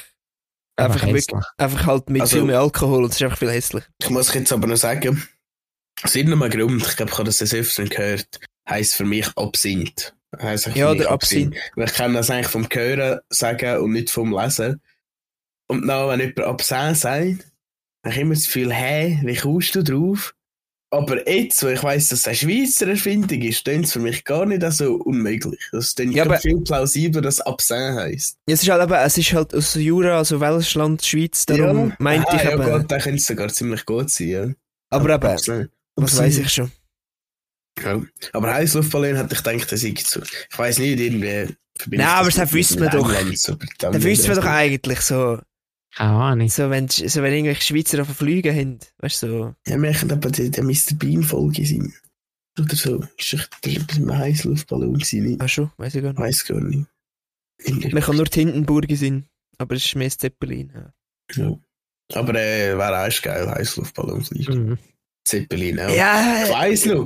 halt mit viel mehr Alkohol und es ist einfach viel hässlich. Ich muss jetzt aber noch sagen, aus irgendeinem Grund, ich glaube, ich habe das des Öfteren gehört, heisst für mich Absinth. Ja, der Absinth. Ich kann das eigentlich vom Hören sagen und nicht vom Lesen. Und dann, wenn jemand Absinth sagt, dann habe ich immer das Gefühl, hey, wie kommst du drauf? Aber jetzt, wo ich weiss, dass es eine Schweizer Erfindung ist, klingt es für mich gar nicht so unmöglich. Es klingt viel plausibler, dass Absinth heisst. Ja, es ist halt aus Jura, also Welschland, Schweiz, darum meinte ich eben... Ja gut, da könnte es sogar ziemlich gut sein, ja. Aber eben, was weiss ich schon. Ja. Aber Heißluftballon hätte ich gedacht, das sei so. Ich weiss nicht, irgendwie... Nein, aber das wüsste man doch. Das wüsste man doch eigentlich so... Keine Ahnung. So, wenn irgendwelche Schweizer auf Flügen haben, weißt du, so. Ja, wir können aber die Mr. Bean-Folge sein. Oder so. Ist doch etwas mit einem Heißluftballon gewesen, nicht? Ah schon, weiss ich gar nicht. Weiss gar nicht. Man kann nur die Hindenburger sein, aber es ist mehr das Zeppelin. Ja. Ja. Aber wäre auch geil, Heißluftballon fliegen. Mhm. Zeppelin auch. Ja, Ich weiss noch.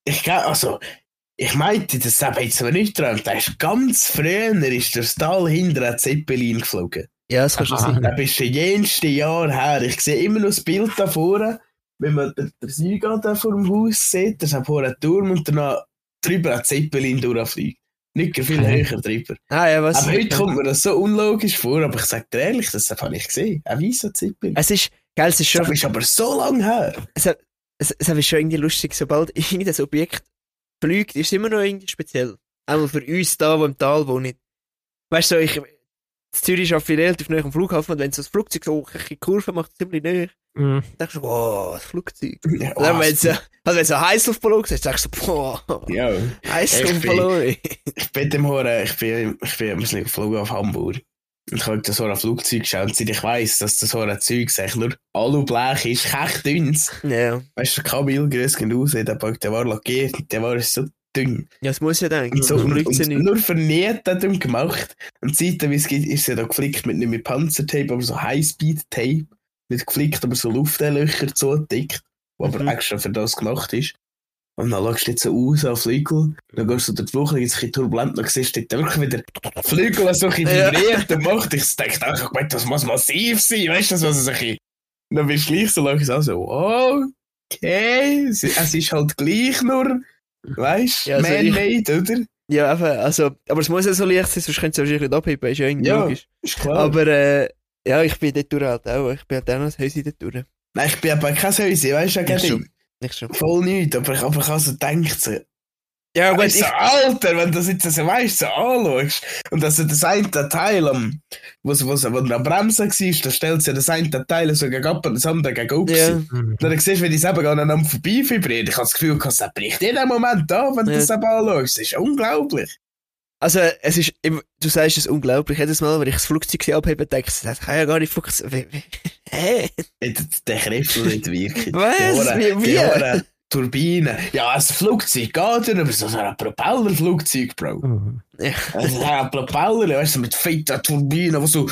Ich meinte, das habe ich jetzt aber nicht geträumt. Da ist ganz früher ist der Tal hinter einem Zeppelin geflogen. ja, das kann schon Aha. sein. Das ist schon jenste Jahr her. Ich sehe immer noch das Bild da vorne, wenn man den Sieger da vor dem Haus sieht, da ist vorne ein Turm und danach drüber ein Zeppelin durchfliegt. Nicht viel Okay. höher drüber. Ah ja, was? Aber heute kommt mir das so unlogisch vor, aber ich sage dir ehrlich, das habe ich gesehen. Ein weißer Zeppelin. Es ist, geil, es ist schon, Das ist aber so lange her. es ist schon irgendwie lustig, sobald irgendein Objekt fliegt, ist es immer noch irgendwie speziell. Einmal für uns da, die im Tal wohnen. Weißt du, in Zürich arbeite ich relativ nahe am Flughafen und wenn so ein Flugzeug so eine Kurve macht, ziemlich nahe, Mhm. denkst du, wow, das Flugzeug. Ja, Und dann, wenn so ein Heißluftballon siehst, denkst du, boah, ja. Heißluftballon. Ich bin dem Horen, ich bin ein bisschen geflogen auf Hamburg. Und ich habe das so ein Flugzeug geschaut und seit ich weiss, dass das so ein Zeug eigentlich nur Alublech ist, echt dünnes. Ja, Weißt du, der Kabel grüß geht raus, der war lackiert, der war so dünn. ja, das muss ja denken. Und so, Darum und, liegt's ja und nicht. nur vernietet und gemacht. Und zeitweise ist sie da geflickt nicht mit Panzertape, aber so Highspeed-Tape. Nicht geflickt, aber so Luftlöcher zugedickt, wo aber extra für das gemacht ist. Und dann schaust du jetzt so aus auf Flügel, dann gehst du durch die Woche, jetzt ein bisschen turbulent, dann siehst du dort wirklich wieder Flügel so ein bisschen vibriert und macht. Ich denke auch, das muss massiv sein, weißt du, das muss so ein bisschen. Und dann bist du gleich so langsam so, wow, okay, es ist halt gleich nur, weißt du, Ja, also man-made, oder? Ja, einfach, also, aber es muss ja so leicht sein, sonst könntest du wahrscheinlich nicht abheben, ist ja irgendwie Ja, logisch. ist klar. Aber, ja, ich bin dort durch halt auch. Ich bin halt auch noch ein Häuschen dort durch. Nein, ich bin aber kein Häuschen, weißt du, Nicht kein schon. Ding. Nicht schon. Voll nichts, aber ich habe so gedacht, so, Ja, weißt, so, Alter, wenn du das jetzt so, weißt, so anschaust, und dass das eine Teil, wo an Bremsen war, da stellt sich das eine Teil so gegen ab und das andere gegen oben. Ja, Mhm. Dann siehst du, wie die es eben aneinander vorbei vibriert. Ich habe das Gefühl, das bricht jeden Moment an, wenn du Ja. das eben anschaust. Das ist unglaublich. also, es ist, du sagst es unglaublich. Jedes Mal, wenn ich das Flugzeug abhebe, denke ich, das kann ja gar nicht funktionieren. Hä? Der Kräfte nicht wirkt. Was? Wie? Die Ohren, Turbine. Ja, ein Flugzeug geht ja, aber so ein Propellerflugzeug, Bro. Mhm. Also ein Propeller, weißt du, mit fetter Turbine, was so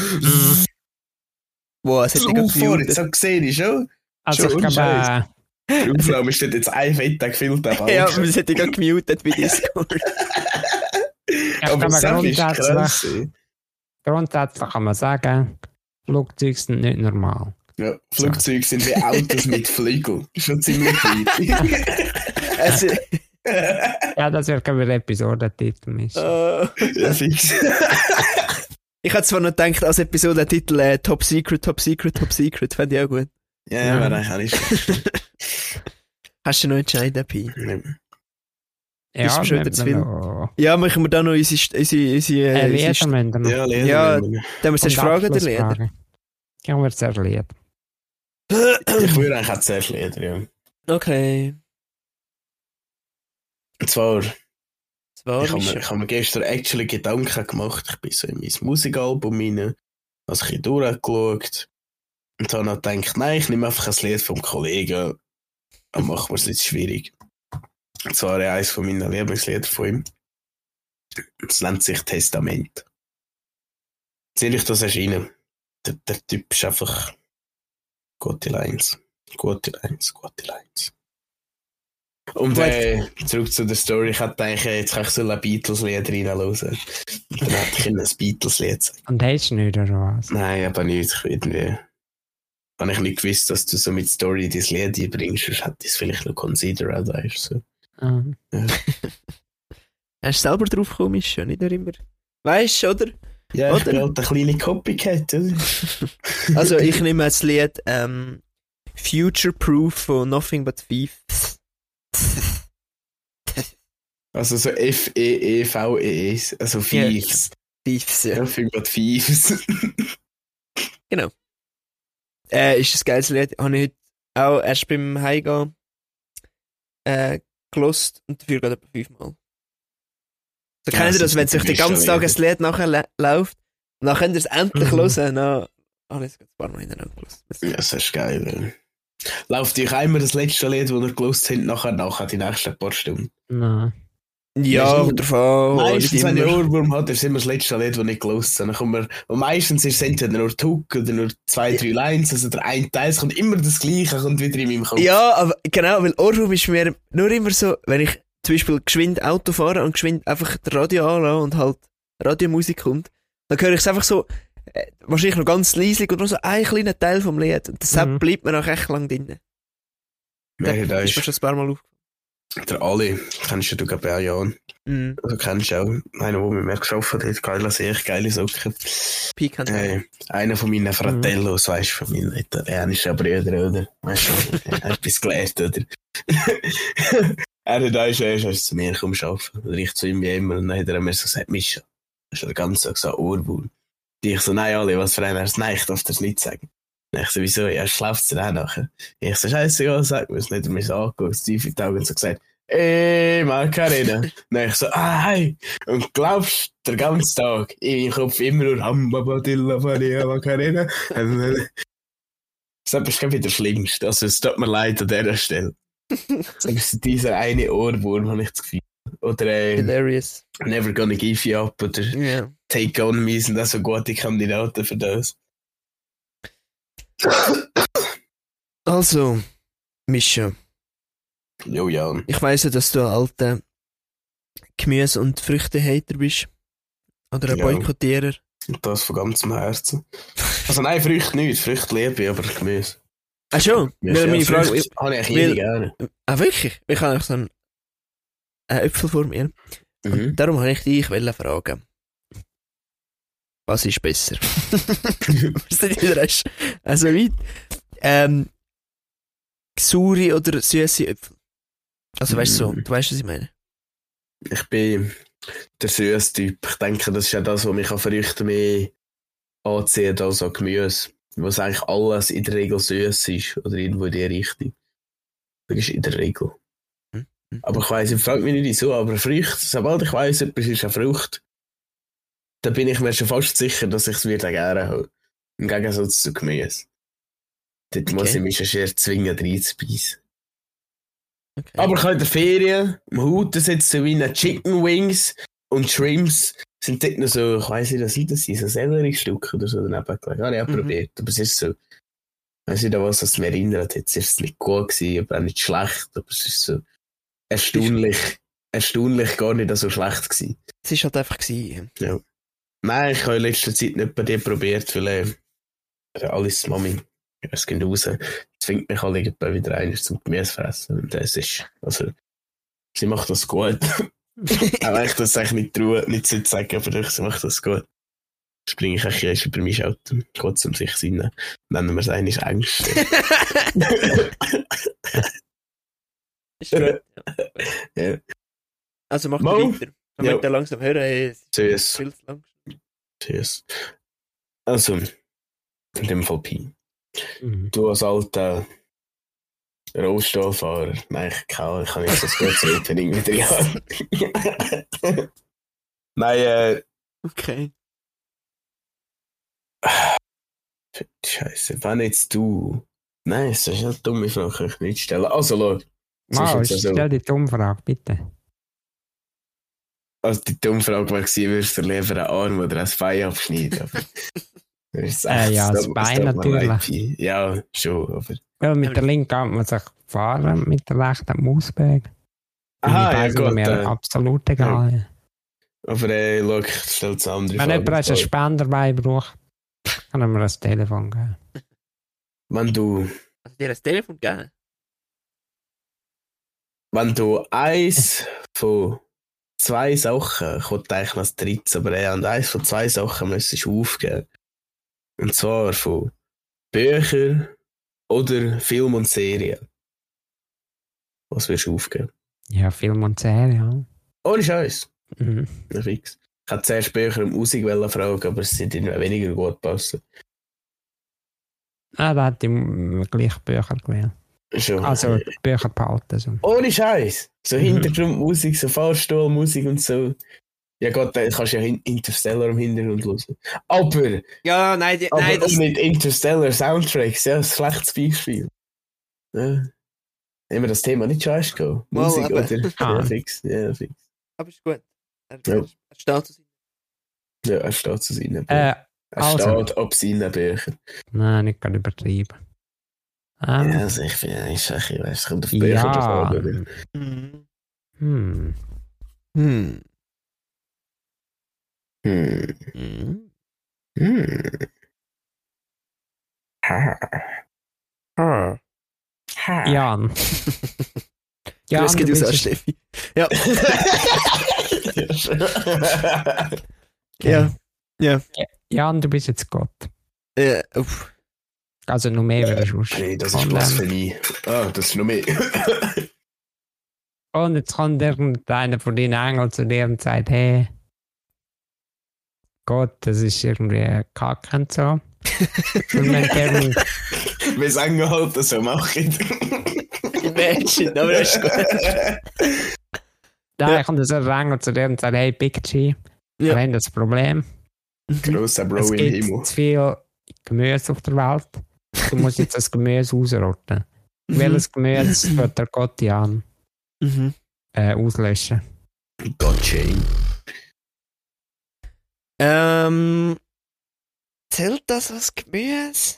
Wow, es hat so dich vor, gefühlt. jetzt so gesehen ist, ja. Also ich Schon glaube, Die Aufnahme steht jetzt ein fetter gefilmter Balken. Ja, aber es hat dich gerade gemutet bei Discord. aber glaube, das ist krass. grundsätzlich kann man sagen, Flugzeuge sind nicht normal. Ja, Flugzeuge sind wie Autos mit Flügeln. Schon ziemlich weit. Also, Ja, das wird glaube ich der Episodentitel. Ja, fix. ich hätte zwar noch gedacht, als Episodentitel Top Secret, Top Secret, Top Secret. Fände ich auch gut. Ja, aber eigentlich auch nicht. Hast du noch entschieden, Pi? Ja, Ist mir schon wieder zu viel. Ja, machen wir da noch unsere Lieder müssen wir noch. Ja, Leder. Ja. müssen wir. Dann wir zuerst Und fragen, der Leder. Abschlussfrage. Gehen wir zuerst Lied. Ich würde eigentlich auch zuerst Leder, ja. Okay. Und zwar, Das war ich habe mir gestern actually Gedanken gemacht. Ich bin so in mein Musikalbum rein, habe ein bisschen durchgeschaut und habe dann gedacht, nein, ich nehme einfach ein Lied vom Kollegen und machen wir es nicht schwierig. Und zwar eines von meinen Lieblingslieder von ihm. Es nennt sich Testament. Sehe ich das erscheinen? Der Typ ist einfach gute Lines. Gute Lines, gute Lines. Und zurück zu der Story. Ich hätte eigentlich, jetzt kann ich so ein Beatles-Lied reinhören. Und dann hätte ich ein Beatles-Lied sagen. Und hast du nicht, oder was? Nein, aber nicht. Ich irgendwie habe ich nicht gewusst, dass du so mit Story dein Lied einbringst. Sonst hätte ich es vielleicht noch considered, weißt du. So. Mhm. Ja. Hast du selber drauf gekommen, ist schon nicht immer. Weißt du, oder? Ja, ich Oder? bin halt ein kleiner Copycat, oder? Also, ich nehme das Lied Future Proof von Nothing But Thieves. Also so F-E-E-V-E-S, also Thieves. Thieves, ja. Nothing but Thieves. Ist ein geiles Lied. Habe ich heute auch erst beim Heimgehen gelost und dafür gerade etwa 5-mal. So Ja, kennt ihr das das, ist wenn sich den typisch ganzen schon Tag ein Lied nachher läuft und dann könnt ihr es endlich Mhm. hören, dann habe ich es ein paar Mal hintereinander gelost. Ja, das ist geil. Läuft euch einmal das letzte Lied, das ihr gelost habt, nachher die nächsten paar Stunden? Nein. Ja, davon. Meistens, wenn ich Ohrwurm habe, ist immer das letzte Lied, das ich gelost habe. Und meistens ist es entweder nur die Hook oder nur 2-3 Lines, also der ein Teil, es kommt immer das Gleiche, kommt wieder in meinem Kopf. Ja, aber genau, weil Ohrwurm ist mir nur immer so, wenn ich zum Beispiel geschwind Auto fahre und geschwind einfach das Radio anlasse und halt Radiomusik kommt, dann höre ich es einfach so, wahrscheinlich noch ganz leislich und nur so ein kleiner Teil vom Lied. Und das bleibt mir auch echt lang drin. Ja, da ist mir schon ein paar Mal aufgefallen. Der Ali, kennst du glaube ich auch, Jan. Also kennst du auch einen, der mit mir gearbeitet hat, geile Sicht, geile Socken. Einer von meinen Fratellos, weißt du, von meinen italienischen Brüdern, oder? Weißt du, etwas gelernt, oder? Er hat erst zu mir arbeiten, oder ich zu ihm wie immer, und dann hat er mir so gesagt, Mischa, das ist der ganze Tag so ein Ohrwurm. Und ich so, nein, Ali, was für einer? Nein, ich darf das nicht sagen. Und ich so, wieso? Ja, schläft dir auch nachher. Ich so, scheißegal, sag mir es nicht. Er mir so angeguckt, tief in die Augen und so gesagt, Macarena. Und ich so, hey. Und glaubst du, der ganze Tag, in meinem Kopf immer nur Hambabadilla Maria Macarena. Das ist glaube ich der Schlimmste. Also es tut mir leid an dieser Stelle. Selbst dieser eine Ohrwurm habe ich das Gefühl. Oder Hilarious. Never Gonna Give You Up oder Take On Me sind auch so gute Kandidaten für das. Also, Mischa. Jo, Jan. Ich weiss ja, dass du ein alter Gemüse- und Früchte-Hater bist. Oder ein Boykottierer. Und das von ganzem Herzen. Also nein, Früchte nicht. Früchte liebe ich, aber Gemüse. Ach schon? Ja, meine Frage habe ich eigentlich gerne. Ah, wirklich? Ich habe so einen Äpfel vor mir. Und darum habe ich dich fragen. Was ist besser? Also weit. Saure oder süße Äpfel? Also weißt du, du weißt, was ich meine? Ich bin der süße Typ. Ich denke, das ist ja das, was mich an Früchten mehr anzieht als an Gemüse. Was eigentlich alles in der Regel süß ist. Oder irgendwo in die Richtung. Das ist in der Regel. Aber ich weiss, ich frage mich nicht wieso, aber Früchte, sobald ich weiss, etwas ist eine Frucht, dann bin ich mir schon fast sicher, dass ich es wieder gerne habe. Im Gegensatz zu Gemüse. Dort muss ich mich schon sehr zwingen, reinzubeissen. Okay. Aber ich habe in der Ferien am Haut jetzt so wie Chicken Wings und Shrimps sind dort noch so, ich weiss nicht, was das sind, so Sellerie-Stücke oder so daneben gelegt. Habe ich auch probiert, aber es ist so, ich weiss nicht, an was es mir erinnert. Jetzt ist es nicht gut gewesen, aber auch nicht schlecht, aber es ist so erstaunlich gar nicht so schlecht gewesen. Es ist halt einfach gewesen. Ja. Nein, ich habe in letzter Zeit nicht bei dir probiert, weil alles Mami, es geht raus, zwingt mich halt irgendwann wieder einer zum Gemüse fressen. Und das ist, also, sie macht das gut. Auch wenn ich das eigentlich nicht sagen, aber sie macht das gut. Springe ich eigentlich erst über mein Auto, kurz um sich zu nennen. Nennen wir es eigentlich Angst. Ja. Also mach weiter. Damit wir langsam hören, Tschüss. Tschüss. Also, in dem Fall Pi. Du als alter Rollstuhlfahrer, nein, ich kann nicht so gut reden, irgendwie ja. Nein, okay. Scheiße, wenn jetzt du. Nein, das ist eine dumme Frage, kann ich nicht stellen. Also, schau. Stell die dumme Frage, bitte. Also, die dumme Frage war, würdest du lieber einen Arm oder ein Bein abschneiden? Aber ja, das Bein natürlich. Ja, schon, aber. Ja, mit der linken kann man sich fahren, mit der rechten Mausberg. Aha, ja gut. Mir absolut egal. Ja. Aber schau, ich stelle es andere Frage. Wenn jemand einen Spenderbein braucht, kann er mir ein Telefon geben. Wenn du... Also dir ein Telefon geben? Wenn du eins von 2 Sachen, ich wollte eigentlich noch das dritte, aber eins von 2 Sachen müsstest du aufgeben. Und zwar von Büchern oder Film und Serien. Was wirst du aufgeben? Ja, Film und Serien. Ohne Scheiß. Ja, fix. Ich hätte zuerst Bücher und Musik fragen, aber es sind irgendwie weniger gut passen. Da hätte ich gleich Bücher gewählt. Schon. Also Bücher behalten. So. Ohne Scheiß. So Hintergrundmusik, so Fahrstuhlmusik und so. Ja Gott, da kannst du ja Interstellar im Hintergrund hören. Aber... Ja, nein, nicht Interstellar Soundtracks, ja, ein schlechtes Beispiel. Ja. Immer das Thema nicht schon hast gehabt. Mal Musik, eben. oder? Ah. Ja, fix. Ja, fix. Aber ist gut. Er Ja. steht zu sein. Ja, er steht zu seinen Büchern. Er Also. steht ab seinen Büchern. Nein, nicht gerade übertrieben. Ja, also ich finde, ich weiss, es kommt auf die Bücher Ja. drauf an. oder? Mhm. Hm. Hm. Hm. Mhm. Hm. Ha. Ah. Ha. Jan. Jan, Grüß geht du aus an bist Steffi. Ja. Ja. Ja. Jan, du bist jetzt Gott. Uff. Also noch mehr wäre sonst. Nee, das ist Blasphemie. Ah, das ist noch mehr. Und jetzt kommt irgendeiner von deinen Engeln zu dir und sagt, hey, Gott, das ist irgendwie Kacke und so. Und wenn gerne, Wir sagen halt, das so machen. Imagine, aber das ist gut. da kommt so ein Engel zu dir und sagt, hey, Big G, wir haben das Problem. Grosser Bro Es im gibt Himmel. zu viel Gemüse auf der Welt. Du musst jetzt das Gemüse ausrotten. Welches Gemüse wird der Gott Jan Mhm. auslöschen? Gott-Chain. Zählt das als Gemüse?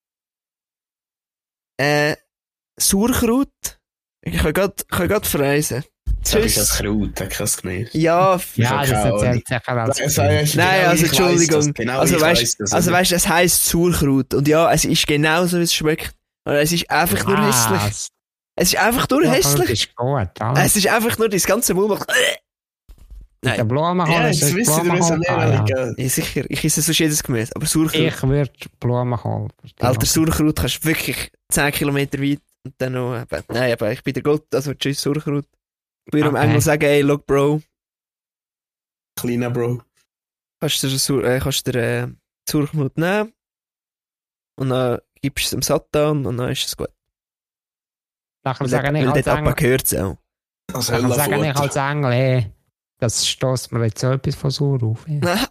Sauerkraut? Ich kann gerade verreisen. Das ist das Kraut, das kann es nicht. Ja, Ja, habe das keine erzählt sicher als nein, also Entschuldigung. Also weißt du, du, es heisst Sauerkraut. Und ja, es ist genauso, wie es schmeckt. Aber es ist einfach nur hässlich. Es ist einfach nur hässlich. ist gut, ja. Es ist einfach nur das ganze Mund macht. Der Nein. Blumenkohl ja, ist jetzt wissen wir, was Amerika. Ja, sicher. Ich esse sonst jedes Gemüse. Aber Sauerkraut. Ich würde Blumenkohl. Alter, Sauerkraut kannst du wirklich 10 Kilometer weit und dann noch. Nein, aber ich bin der Gott, also tschüss Sauerkraut. Ich würde dem Okay. Engel sagen, ey, look, Bro, Kleiner Bro. kannst du den Sauerkraut nehmen und dann gibst du es dem Satan und dann ist es gut. Nachher sage ich Weil als dort Engel, gehört es auch. Als nachher sage ich Höllenfutter. als Engel, hey, das stößt mir jetzt so etwas von sauer auf. Ja.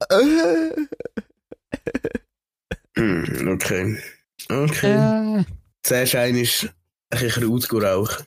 Okay. Okay. Zuerst einer ist ein bisschen Kraut rauchen.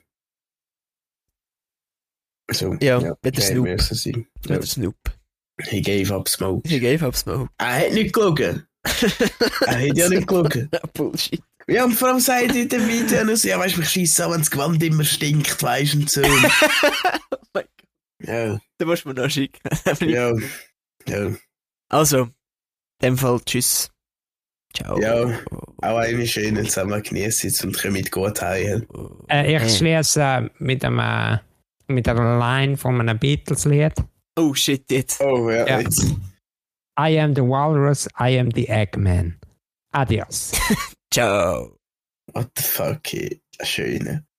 So, Ja, mit der okay, Snoop. müssen sein. Mit Ja. der Snoop. He gave up smoke. Ich gebe aufs Maul. Er hat nicht gelogen. Er hat ja nicht gelogen. Bullshit. Ja, und vor allem sagt er in dem Video noch so, ja, weißt du, mich scheisse an, wenn das Gewand immer stinkt, weißt du, und so. Oh mein Gott. Ja, Da musst du mir noch schicken. ja, ja. Also, in dem Fall, tschüss. Ciao. Ja. Auch eine schöne zusammen genießen und kommen gut heim. Ich schließe mit einer Line von einem Beatles-Lied. Oh shit, jetzt. Oh, ja, Ja. jetzt. I am the walrus, I am the Eggman. Adios. Ciao. What the fuck, ey. Schöne.